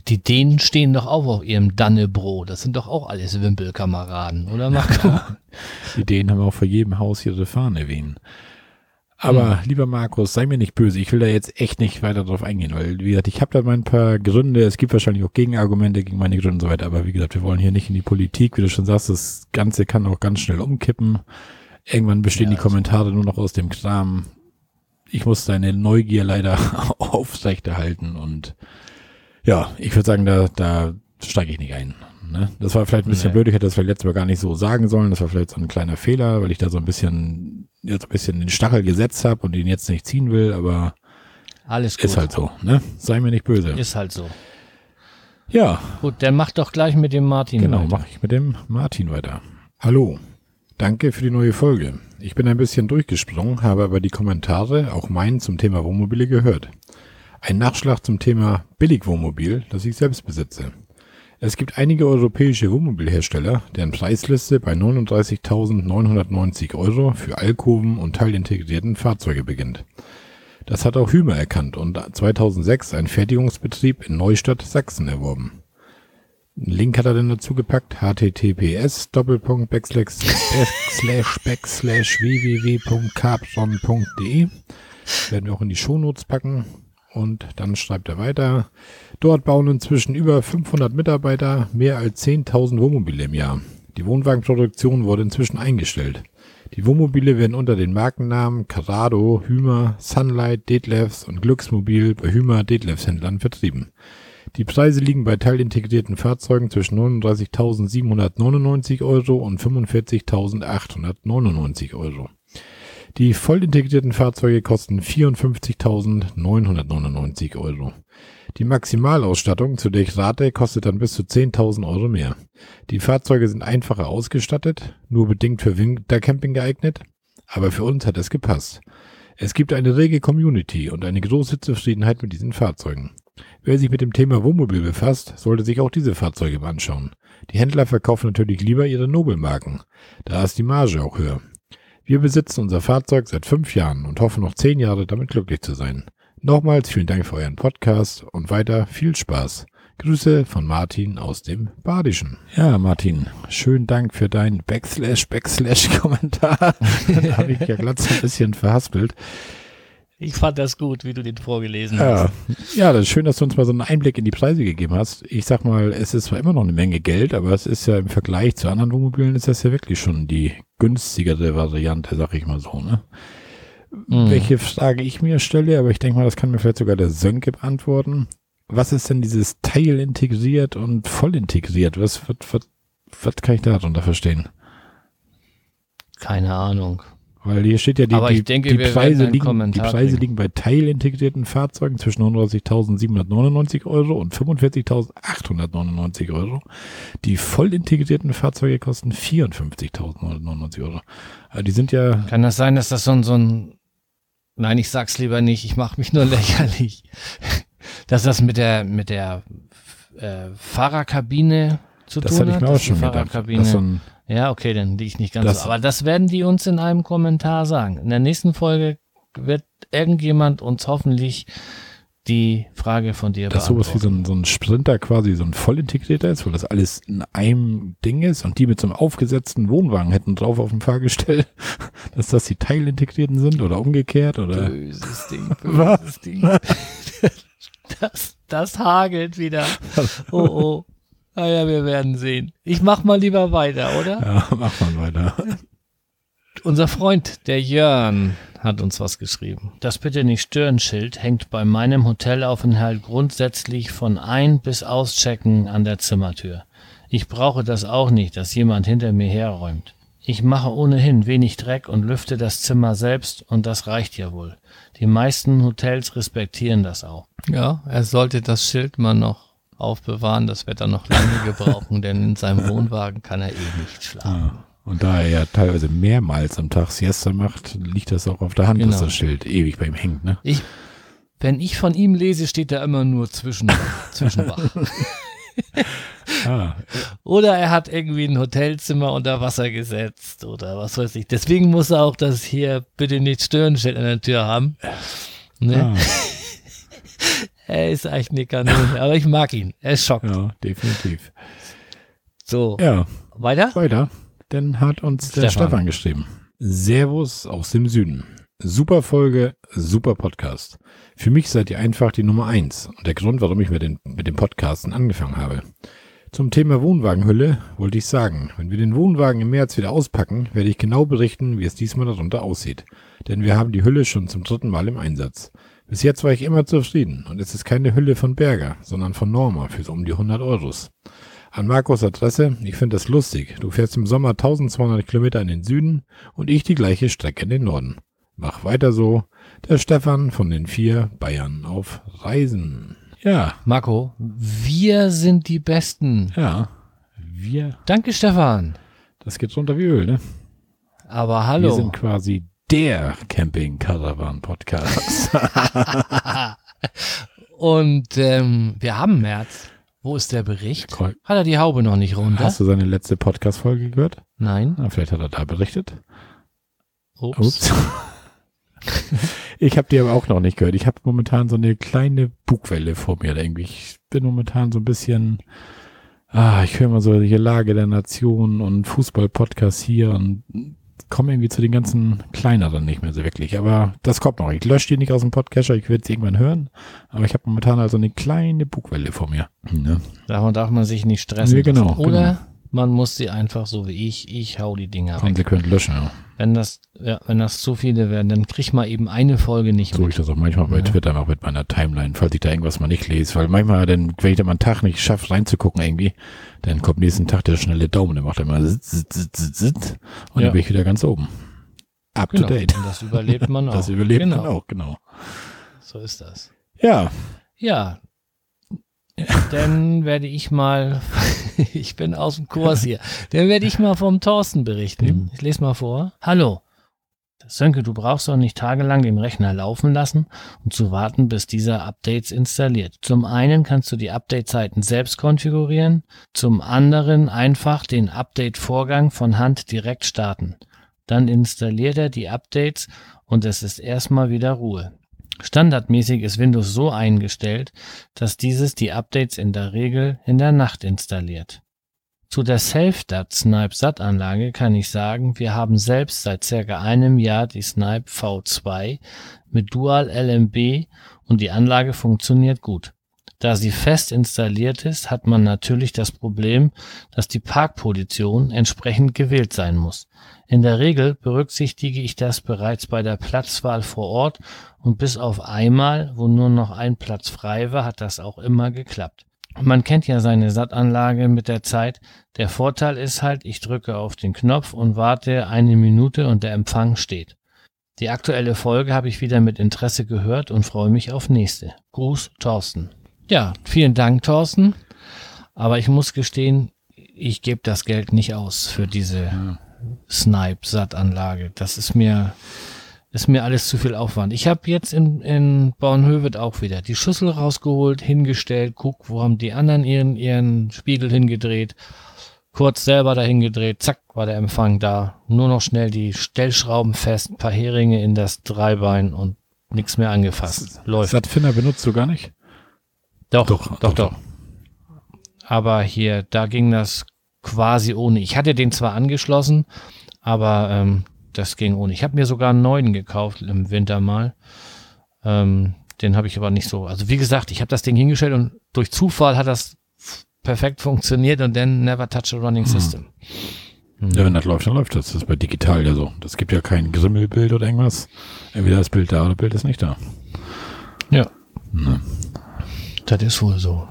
Die Dänen stehen doch auch auf ihrem Dannebro. Das sind doch auch alles Wimpelkameraden, oder Marco? Die Dänen haben auch vor jedem Haus ihre Fahne wehen. Aber hm. lieber Markus, sei mir nicht böse. Ich will da jetzt echt nicht weiter drauf eingehen, weil, wie gesagt, ich habe da mal ein paar Gründe. Es gibt wahrscheinlich auch Gegenargumente gegen meine Gründe und so weiter. Aber wie gesagt, wir wollen hier nicht in die Politik. Wie du schon sagst, das Ganze kann auch ganz schnell umkippen. Irgendwann bestehen ja, die Kommentare nur noch aus dem Kram. Ich muss deine Neugier leider aufrechterhalten und ja, ich würde sagen, da, da steige ich nicht ein. Ne? Das war vielleicht ein bisschen nee. blöd, ich hätte das vielleicht letztes Mal gar nicht so sagen sollen. Das war vielleicht so ein kleiner Fehler, weil ich da so ein bisschen, jetzt ein bisschen den Stachel gesetzt habe und ihn jetzt nicht ziehen will, aber alles gut. Ist halt so, ne? Sei mir nicht böse. Ist halt so. Ja. Gut, dann mach doch gleich mit dem Martin genau, weiter. Genau, mache ich mit dem Martin weiter. Hallo. Danke für die neue Folge. Ich bin ein bisschen durchgesprungen, habe aber die Kommentare, auch meinen, zum Thema Wohnmobile gehört. Ein Nachschlag zum Thema Billigwohnmobil, das ich selbst besitze. Es gibt einige europäische Wohnmobilhersteller, deren Preisliste bei neununddreißigtausendneunhundertneunzig Euro für Alkoven und teilintegrierten Fahrzeuge beginnt. Das hat auch Hymer erkannt und zweitausendsechs einen Fertigungsbetrieb in Neustadt, Sachsen erworben. Einen Link hat er dann dazu gepackt, https doppelpunkt backslash backslash backslash www.capron.de. Werden wir auch in die Shownotes packen. Und dann schreibt er weiter, dort bauen inzwischen über fünfhundert Mitarbeiter mehr als zehntausend Wohnmobile im Jahr. Die Wohnwagenproduktion wurde inzwischen eingestellt. Die Wohnmobile werden unter den Markennamen Carrado, Hymer, Sunlight, Detlefs und Glücksmobil bei Hymer Detlefs Händlern vertrieben. Die Preise liegen bei teilintegrierten Fahrzeugen zwischen neununddreißigtausendsiebenhundertneunundneunzig Euro und fünfundvierzigtausendachthundertneunundneunzig Euro. Die voll integrierten Fahrzeuge kosten vierundfünfzigtausendneunhundertneunundneunzig Euro. Die Maximalausstattung, zu der ich rate, kostet dann bis zu zehntausend Euro mehr. Die Fahrzeuge sind einfacher ausgestattet, nur bedingt für Wintercamping geeignet, aber für uns hat es gepasst. Es gibt eine rege Community und eine große Zufriedenheit mit diesen Fahrzeugen. Wer sich mit dem Thema Wohnmobil befasst, sollte sich auch diese Fahrzeuge anschauen. Die Händler verkaufen natürlich lieber ihre Nobelmarken, da ist die Marge auch höher. Wir besitzen unser Fahrzeug seit fünf Jahren und hoffen noch zehn Jahre damit glücklich zu sein. Nochmals vielen Dank für euren Podcast und weiter viel Spaß. Grüße von Martin aus dem Badischen. Ja, Martin, schönen Dank für deinen Backslash Backslash Kommentar. Da habe ich ja glatt so ein bisschen verhaspelt. Ich fand das gut, wie du den vorgelesen ja. hast. Ja, das ist schön, dass du uns mal so einen Einblick in die Preise gegeben hast. Ich sag mal, es ist zwar immer noch eine Menge Geld, aber es ist ja im Vergleich zu anderen Wohnmobilen ist das ja wirklich schon die günstigere Variante, sag ich mal so, ne? Mhm. Welche Frage ich mir stelle, aber ich denke mal, das kann mir vielleicht sogar der Sönke beantworten. Was ist denn dieses Teil integriert und voll integriert? Was, was, was, was kann ich darunter verstehen? Keine Ahnung. Weil hier steht ja, die, die, denke, die, Preise, liegen, die Preise liegen bei teilintegrierten Fahrzeugen zwischen neununddreißigtausendsiebenhundertneunundneunzig Euro und fünfundvierzigtausendachthundertneunundneunzig Euro. Die voll integrierten Fahrzeuge kosten vierundfünfzigtausendneunhundertneunundneunzig Euro. Also die sind ja... Kann das sein, dass das so ein, so ein... Nein, ich sag's lieber nicht, ich mache mich nur lächerlich. Dass das mit der, mit der äh, Fahrerkabine zu das tun hat? Das hatte ich mir auch schon gedacht. Das so ein Ja, okay, dann liege ich nicht ganz das, so. Aber das werden die uns in einem Kommentar sagen. In der nächsten Folge wird irgendjemand uns hoffentlich die Frage von dir beantworten. Dass sowas wie so ein, so ein Sprinter quasi so ein vollintegrierter ist, weil das alles in einem Ding ist und die mit so einem aufgesetzten Wohnwagen hätten drauf auf dem Fahrgestell, dass das die teilintegrierten sind oder umgekehrt oder. Böses Ding, böses Ding. Das, das hagelt wieder. Oh, oh. Naja, wir werden sehen. Ich mach mal lieber weiter, oder? Ja, mach mal weiter. Unser Freund, der Jörn, hat uns was geschrieben. Das Bitte nicht stören Schild hängt bei meinem Hotelaufenthalt grundsätzlich von Ein- bis Auschecken an der Zimmertür. Ich brauche das auch nicht, dass jemand hinter mir herräumt. Ich mache ohnehin wenig Dreck und lüfte das Zimmer selbst und das reicht ja wohl. Die meisten Hotels respektieren das auch. Ja, er sollte das Schild mal noch aufbewahren, das wird er noch lange gebrauchen, denn in seinem Wohnwagen kann er eh nicht schlafen. Ja, und da er ja teilweise mehrmals am Tag Siesta macht, liegt das auch auf der Hand, genau. Dass das Schild ewig bei ihm hängt, ne? Ich, wenn ich von ihm lese, steht da immer nur zwischen, zwischenwach. ah. Oder er hat irgendwie ein Hotelzimmer unter Wasser gesetzt oder was weiß ich. Deswegen muss er auch das hier Bitte nicht stören Schild an der Tür haben. Ne? Ah. Er ist eigentlich eine Kanone, aber ich mag ihn. Er ist schockt. Ja, definitiv. So. Ja. Weiter? Weiter. Dann hat uns der Stefan. Stefan geschrieben. Servus aus dem Süden. Super Folge, super Podcast. Für mich seid ihr einfach die Nummer eins und der Grund, warum ich mit, den, mit dem Podcasten angefangen habe. Zum Thema Wohnwagenhülle wollte ich sagen, wenn wir den Wohnwagen im März wieder auspacken, werde ich genau berichten, wie es diesmal darunter aussieht. Denn wir haben die Hülle schon zum dritten Mal im Einsatz. Bis jetzt war ich immer zufrieden und es ist keine Hülle von Berger, sondern von Norma für so um die hundert Euros. An Markus Adresse, ich finde das lustig. Du fährst im Sommer eintausendzweihundert Kilometer in den Süden und ich die gleiche Strecke in den Norden. Mach weiter so. Der Stefan von den vier Bayern auf Reisen. Ja. Marco, wir sind die Besten. Ja. Wir. Danke, Stefan. Das geht runter wie Öl, ne? Aber hallo. Wir sind quasi der Camping-Caravan-Podcast. Und ähm, wir haben März. Wo ist der Bericht? Cool. Hat er die Haube noch nicht runter? Hast du seine letzte Podcast-Folge gehört? Nein. Na, vielleicht hat er da berichtet. Ups. Ups. Ich habe die aber auch noch nicht gehört. Ich habe momentan so eine kleine Bugwelle vor mir. Irgendwie. Ich bin momentan so ein bisschen, ah, ich höre mal so die Lage der Nation und Fußball-Podcast hier und komme irgendwie zu den ganzen kleineren nicht mehr so wirklich. Aber das kommt noch. Ich lösche die nicht aus dem Podcatcher. Ich werde es irgendwann hören. Aber ich habe momentan also eine kleine Bugwelle vor mir. Ne? Davon darf man sich nicht stressen. Nee, genau, Oder genau. man muss sie einfach so wie ich, ich hau die Dinger weg. Konsequent löschen, ja. Wenn das, ja, wenn das zu viele werden, dann krieg mal eben eine Folge nicht So mit. ich das auch manchmal bei Ja. Twitter auch mit meiner Timeline, falls ich da irgendwas mal nicht lese. Weil manchmal, dann, wenn ich da mal einen Tag nicht schaffe, reinzugucken irgendwie, dann kommt nächsten Tag der schnelle Daumen, der macht immer sitz, sitz, sitz, sitz, sitz, und Ja. dann bin ich wieder ganz oben. Up Genau. to date. Und das überlebt man auch. Das überlebt genau. man auch, genau. So ist das. Ja. Ja. Dann werde ich mal, ich bin aus dem Kurs hier, dann werde ich mal vom Thorsten berichten. Ich lese mal vor. Hallo. Sönke, du brauchst doch nicht tagelang den Rechner laufen lassen, um zu warten, bis dieser Updates installiert. Zum einen kannst du die Update-Zeiten selbst konfigurieren, zum anderen einfach den Update-Vorgang von Hand direkt starten. Dann installiert er die Updates und es ist erstmal wieder Ruhe. Standardmäßig ist Windows so eingestellt, dass dieses die Updates in der Regel in der Nacht installiert. Zu der Self-Dat-Snipe-S A T-Anlage kann ich sagen, wir haben selbst seit circa einem Jahr die Snipe V zwei mit Dual L M B und die Anlage funktioniert gut. Da sie fest installiert ist, hat man natürlich das Problem, dass die Parkposition entsprechend gewählt sein muss. In der Regel berücksichtige ich das bereits bei der Platzwahl vor Ort und bis auf einmal, wo nur noch ein Platz frei war, hat das auch immer geklappt. Man kennt ja seine S A T-Anlage mit der Zeit. Der Vorteil ist halt, ich drücke auf den Knopf und warte eine Minute und der Empfang steht. Die aktuelle Folge habe ich wieder mit Interesse gehört und freue mich auf nächste. Gruß, Thorsten. Ja, vielen Dank, Thorsten. Aber ich muss gestehen, ich gebe das Geld nicht aus für diese ja. Snipe-S A T-Anlage. Das ist mir, ist mir alles zu viel Aufwand. Ich habe jetzt in, in Bornhöved auch wieder die Schüssel rausgeholt, hingestellt, guck, wo haben die anderen ihren, ihren Spiegel hingedreht, kurz selber dahin gedreht, zack, war der Empfang da. Nur noch schnell die Stellschrauben fest, ein paar Heringe in das Dreibein und nichts mehr angefasst. Läuft. S A T-Finder benutzt du gar nicht? Doch, doch, doch, doch, doch. Aber hier, da ging das quasi ohne. Ich hatte den zwar angeschlossen, aber ähm, das ging ohne. Ich habe mir sogar einen neuen gekauft im Winter mal. Ähm, den habe ich aber nicht so. Also wie gesagt, ich habe das Ding hingestellt und durch Zufall hat das perfekt funktioniert und dann never touch a running system. Hm. Ja, wenn das läuft, dann läuft das. Das ist bei digital ja so. Das gibt ja kein Grimmelbild oder irgendwas. Entweder das Bild da oder das Bild ist nicht da. Ja. Ne. Das ist wohl so.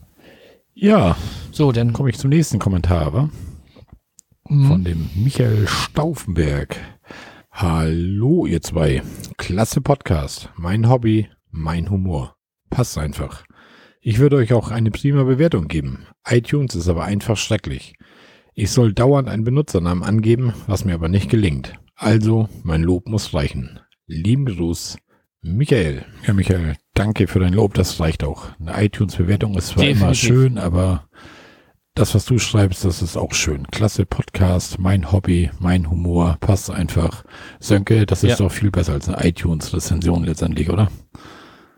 Ja. So, dann komme ich zum nächsten Kommentar, wa? Mhm. Von dem Michael Stauffenberg. Hallo, ihr zwei. Klasse Podcast. Mein Hobby, mein Humor. Passt einfach. Ich würde euch auch eine prima Bewertung geben. iTunes ist aber einfach schrecklich. Ich soll dauernd einen Benutzernamen angeben, was mir aber nicht gelingt. Also, mein Lob muss reichen. Lieben Gruß, Michael. Ja, Michael, danke für dein Lob, das reicht auch. Eine iTunes-Bewertung ist zwar Definitiv. immer schön, aber das, was du schreibst, das ist auch schön. Klasse Podcast, mein Hobby, mein Humor, passt einfach. Sönke, das ist ja. doch viel besser als eine iTunes-Rezension letztendlich, oder?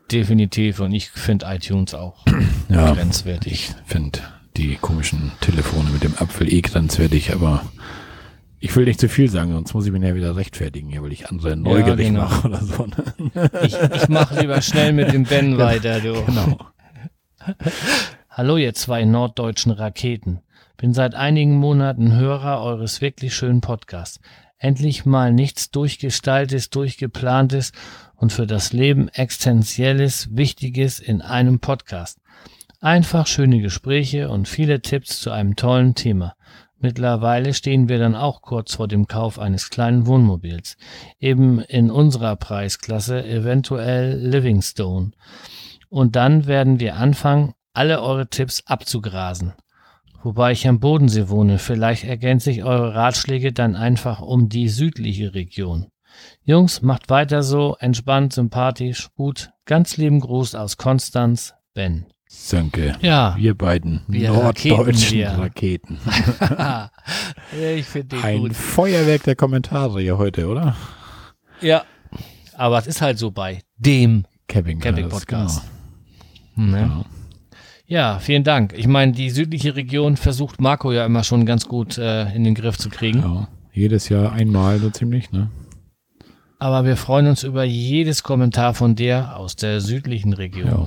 Definitiv. Und ich finde iTunes auch ja, grenzwertig. Ich finde die komischen Telefone mit dem Apfel eh grenzwertig, aber ich will nicht zu viel sagen, sonst muss ich mich ja wieder rechtfertigen, hier, weil ich andere neugierig ja, genau. mache oder so. Ne? Ich, ich mache lieber schnell mit dem Ben weiter, du. Genau. Hallo, ihr zwei norddeutschen Raketen. Bin seit einigen Monaten Hörer eures wirklich schönen Podcasts. Endlich mal nichts Durchgestaltes, Durchgeplantes und für das Leben Existenzielles, Wichtiges in einem Podcast. Einfach schöne Gespräche und viele Tipps zu einem tollen Thema. Mittlerweile stehen wir dann auch kurz vor dem Kauf eines kleinen Wohnmobils. Eben in unserer Preisklasse, eventuell Livingstone. Und dann werden wir anfangen, alle eure Tipps abzugrasen. Wobei ich am Bodensee wohne, vielleicht ergänze ich eure Ratschläge dann einfach um die südliche Region. Jungs, macht weiter so, entspannt, sympathisch, gut. Ganz lieben Gruß aus Konstanz, Ben. Sönke, ja, wir beiden wir norddeutschen Raketen. Raketen. Ich finde den Ein gut. Feuerwerk der Kommentare hier heute, oder? Ja, aber es ist halt so bei dem Camping, Camping Podcast. Genau. Ne? Genau. Ja, vielen Dank. Ich meine, die südliche Region versucht Marco ja immer schon ganz gut äh, in den Griff zu kriegen. Ja, jedes Jahr einmal so ziemlich, ne? Aber wir freuen uns über jedes Kommentar von dir aus der südlichen Region. Ja.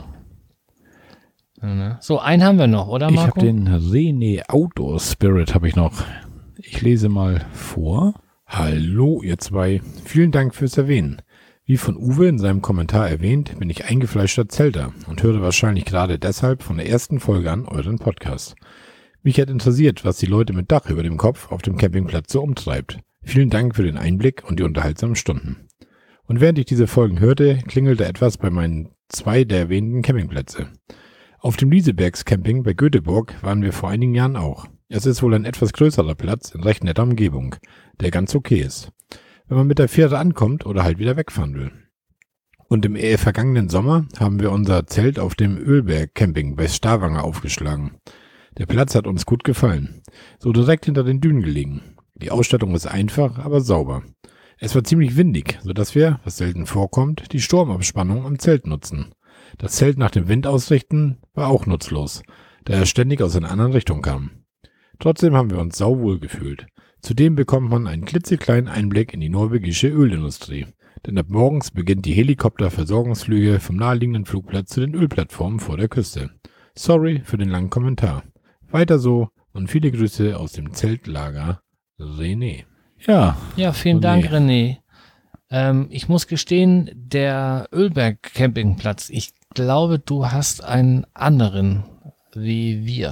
So, einen haben wir noch, oder Marco? Ich habe den René Outdoor Spirit habe ich noch. Ich lese mal vor. Hallo ihr zwei, vielen Dank fürs Erwähnen. Wie von Uwe in seinem Kommentar erwähnt, bin ich eingefleischter Zelter und höre wahrscheinlich gerade deshalb von der ersten Folge an euren Podcast. Mich hat interessiert, was die Leute mit Dach über dem Kopf auf dem Campingplatz so umtreibt. Vielen Dank für den Einblick und die unterhaltsamen Stunden. Und während ich diese Folgen hörte, klingelte etwas bei meinen zwei der erwähnten Campingplätze. Auf dem Liesebergs Camping bei Göteborg waren wir vor einigen Jahren auch. Es ist wohl ein etwas größerer Platz in recht netter Umgebung, der ganz okay ist, wenn man mit der Fähre ankommt oder halt wieder wegfahren will. Und im äh, vergangenen Sommer haben wir unser Zelt auf dem Ölberg Camping bei Stavanger aufgeschlagen. Der Platz hat uns gut gefallen, so direkt hinter den Dünen gelegen. Die Ausstattung ist einfach, aber sauber. Es war ziemlich windig, sodass wir, was selten vorkommt, die Sturmabspannung am Zelt nutzen. Das Zelt nach dem Wind ausrichten war auch nutzlos, da er ständig aus einer anderen Richtung kam. Trotzdem haben wir uns sauwohl gefühlt. Zudem bekommt man einen klitzekleinen Einblick in die norwegische Ölindustrie, denn ab morgens beginnt die Helikopterversorgungsflüge vom naheliegenden Flugplatz zu den Ölplattformen vor der Küste. Sorry für den langen Kommentar. Weiter so und viele Grüße aus dem Zeltlager René. Ja, ja, vielen René. Dank, René. Ähm, ich muss gestehen, der Ölberg Campingplatz, ich glaube, du hast einen anderen wie wir,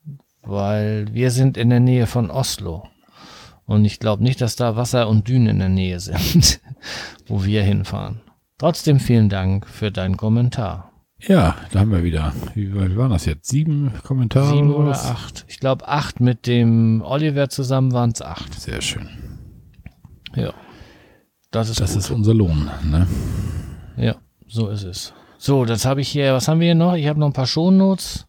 weil wir sind in der Nähe von Oslo und ich glaube nicht, dass da Wasser und Dünen in der Nähe sind, wo wir hinfahren. Trotzdem vielen Dank für deinen Kommentar. Ja, da haben wir wieder, wie waren das jetzt, sieben Kommentare? Sieben oder acht. Ich glaube acht mit dem Oliver zusammen waren es acht. Sehr schön. Ja, das ist Das gut. ist unser Lohn, ne? Ja, so ist es. So, das habe ich hier, was haben wir hier noch? Ich habe noch ein paar Shownotes.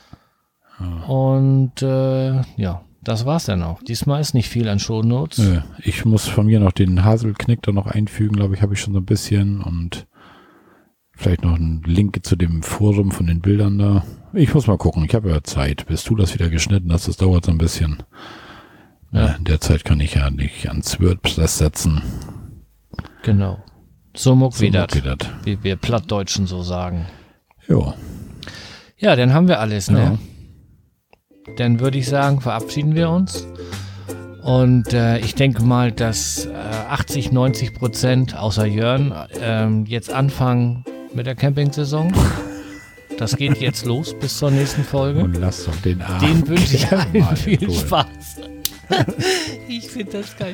Ja. Und äh, ja, das war's dann auch. Diesmal ist nicht viel an Shownotes. Nö, ich muss von mir noch den Haselknick da noch einfügen, glaube ich, habe ich schon so ein bisschen und vielleicht noch einen Link zu dem Forum von den Bildern da. Ich muss mal gucken, ich habe ja Zeit, bis du das wieder geschnitten hast, das dauert so ein bisschen. Ja. In der Zeit kann ich ja nicht ans WordPress setzen. Genau. So muck so wie das, wie wir Plattdeutschen so sagen. Ja. Ja, dann haben wir alles, ne? Ja. Dann würde ich sagen, verabschieden wir uns. Und äh, ich denke mal, dass äh, achtzig, neunzig Prozent außer Jörn äh, jetzt anfangen mit der Camping-Saison. Das geht jetzt los bis zur nächsten Folge. Und lass doch den Arm. Den wünsche ich allen viel cool. Spaß. Ich finde das geil.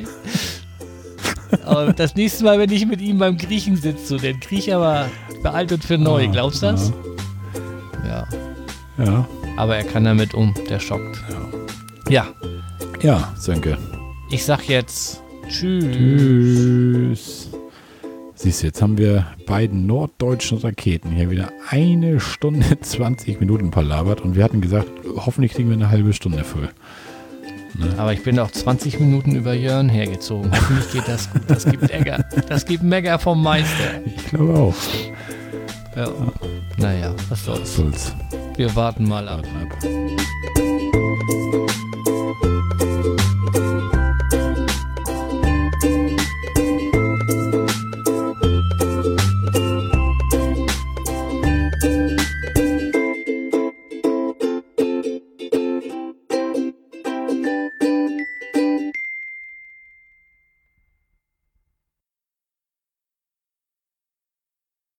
Aber das nächste Mal, wenn ich mit ihm beim Griechen sitze, so, dann kriege ich aber für alt und für neu. Glaubst du das? Ja. Ja. Aber er kann damit um, der schockt. Ja. Ja, Sönke. Ich sag jetzt Tschüss. Tschüss. Siehst du, jetzt haben wir beiden norddeutschen Raketen hier wieder eine Stunde zwanzig Minuten palabert und wir hatten gesagt, hoffentlich kriegen wir eine halbe Stunde voll. Ne? Aber ich bin auch zwanzig Minuten über Jörn hergezogen. Hoffentlich geht das gut. Das gibt Ärger. Das gibt Mega vom Meister. Ich glaube auch. Ja. Naja, was soll's. soll's. Wir warten mal ab. Warten ab.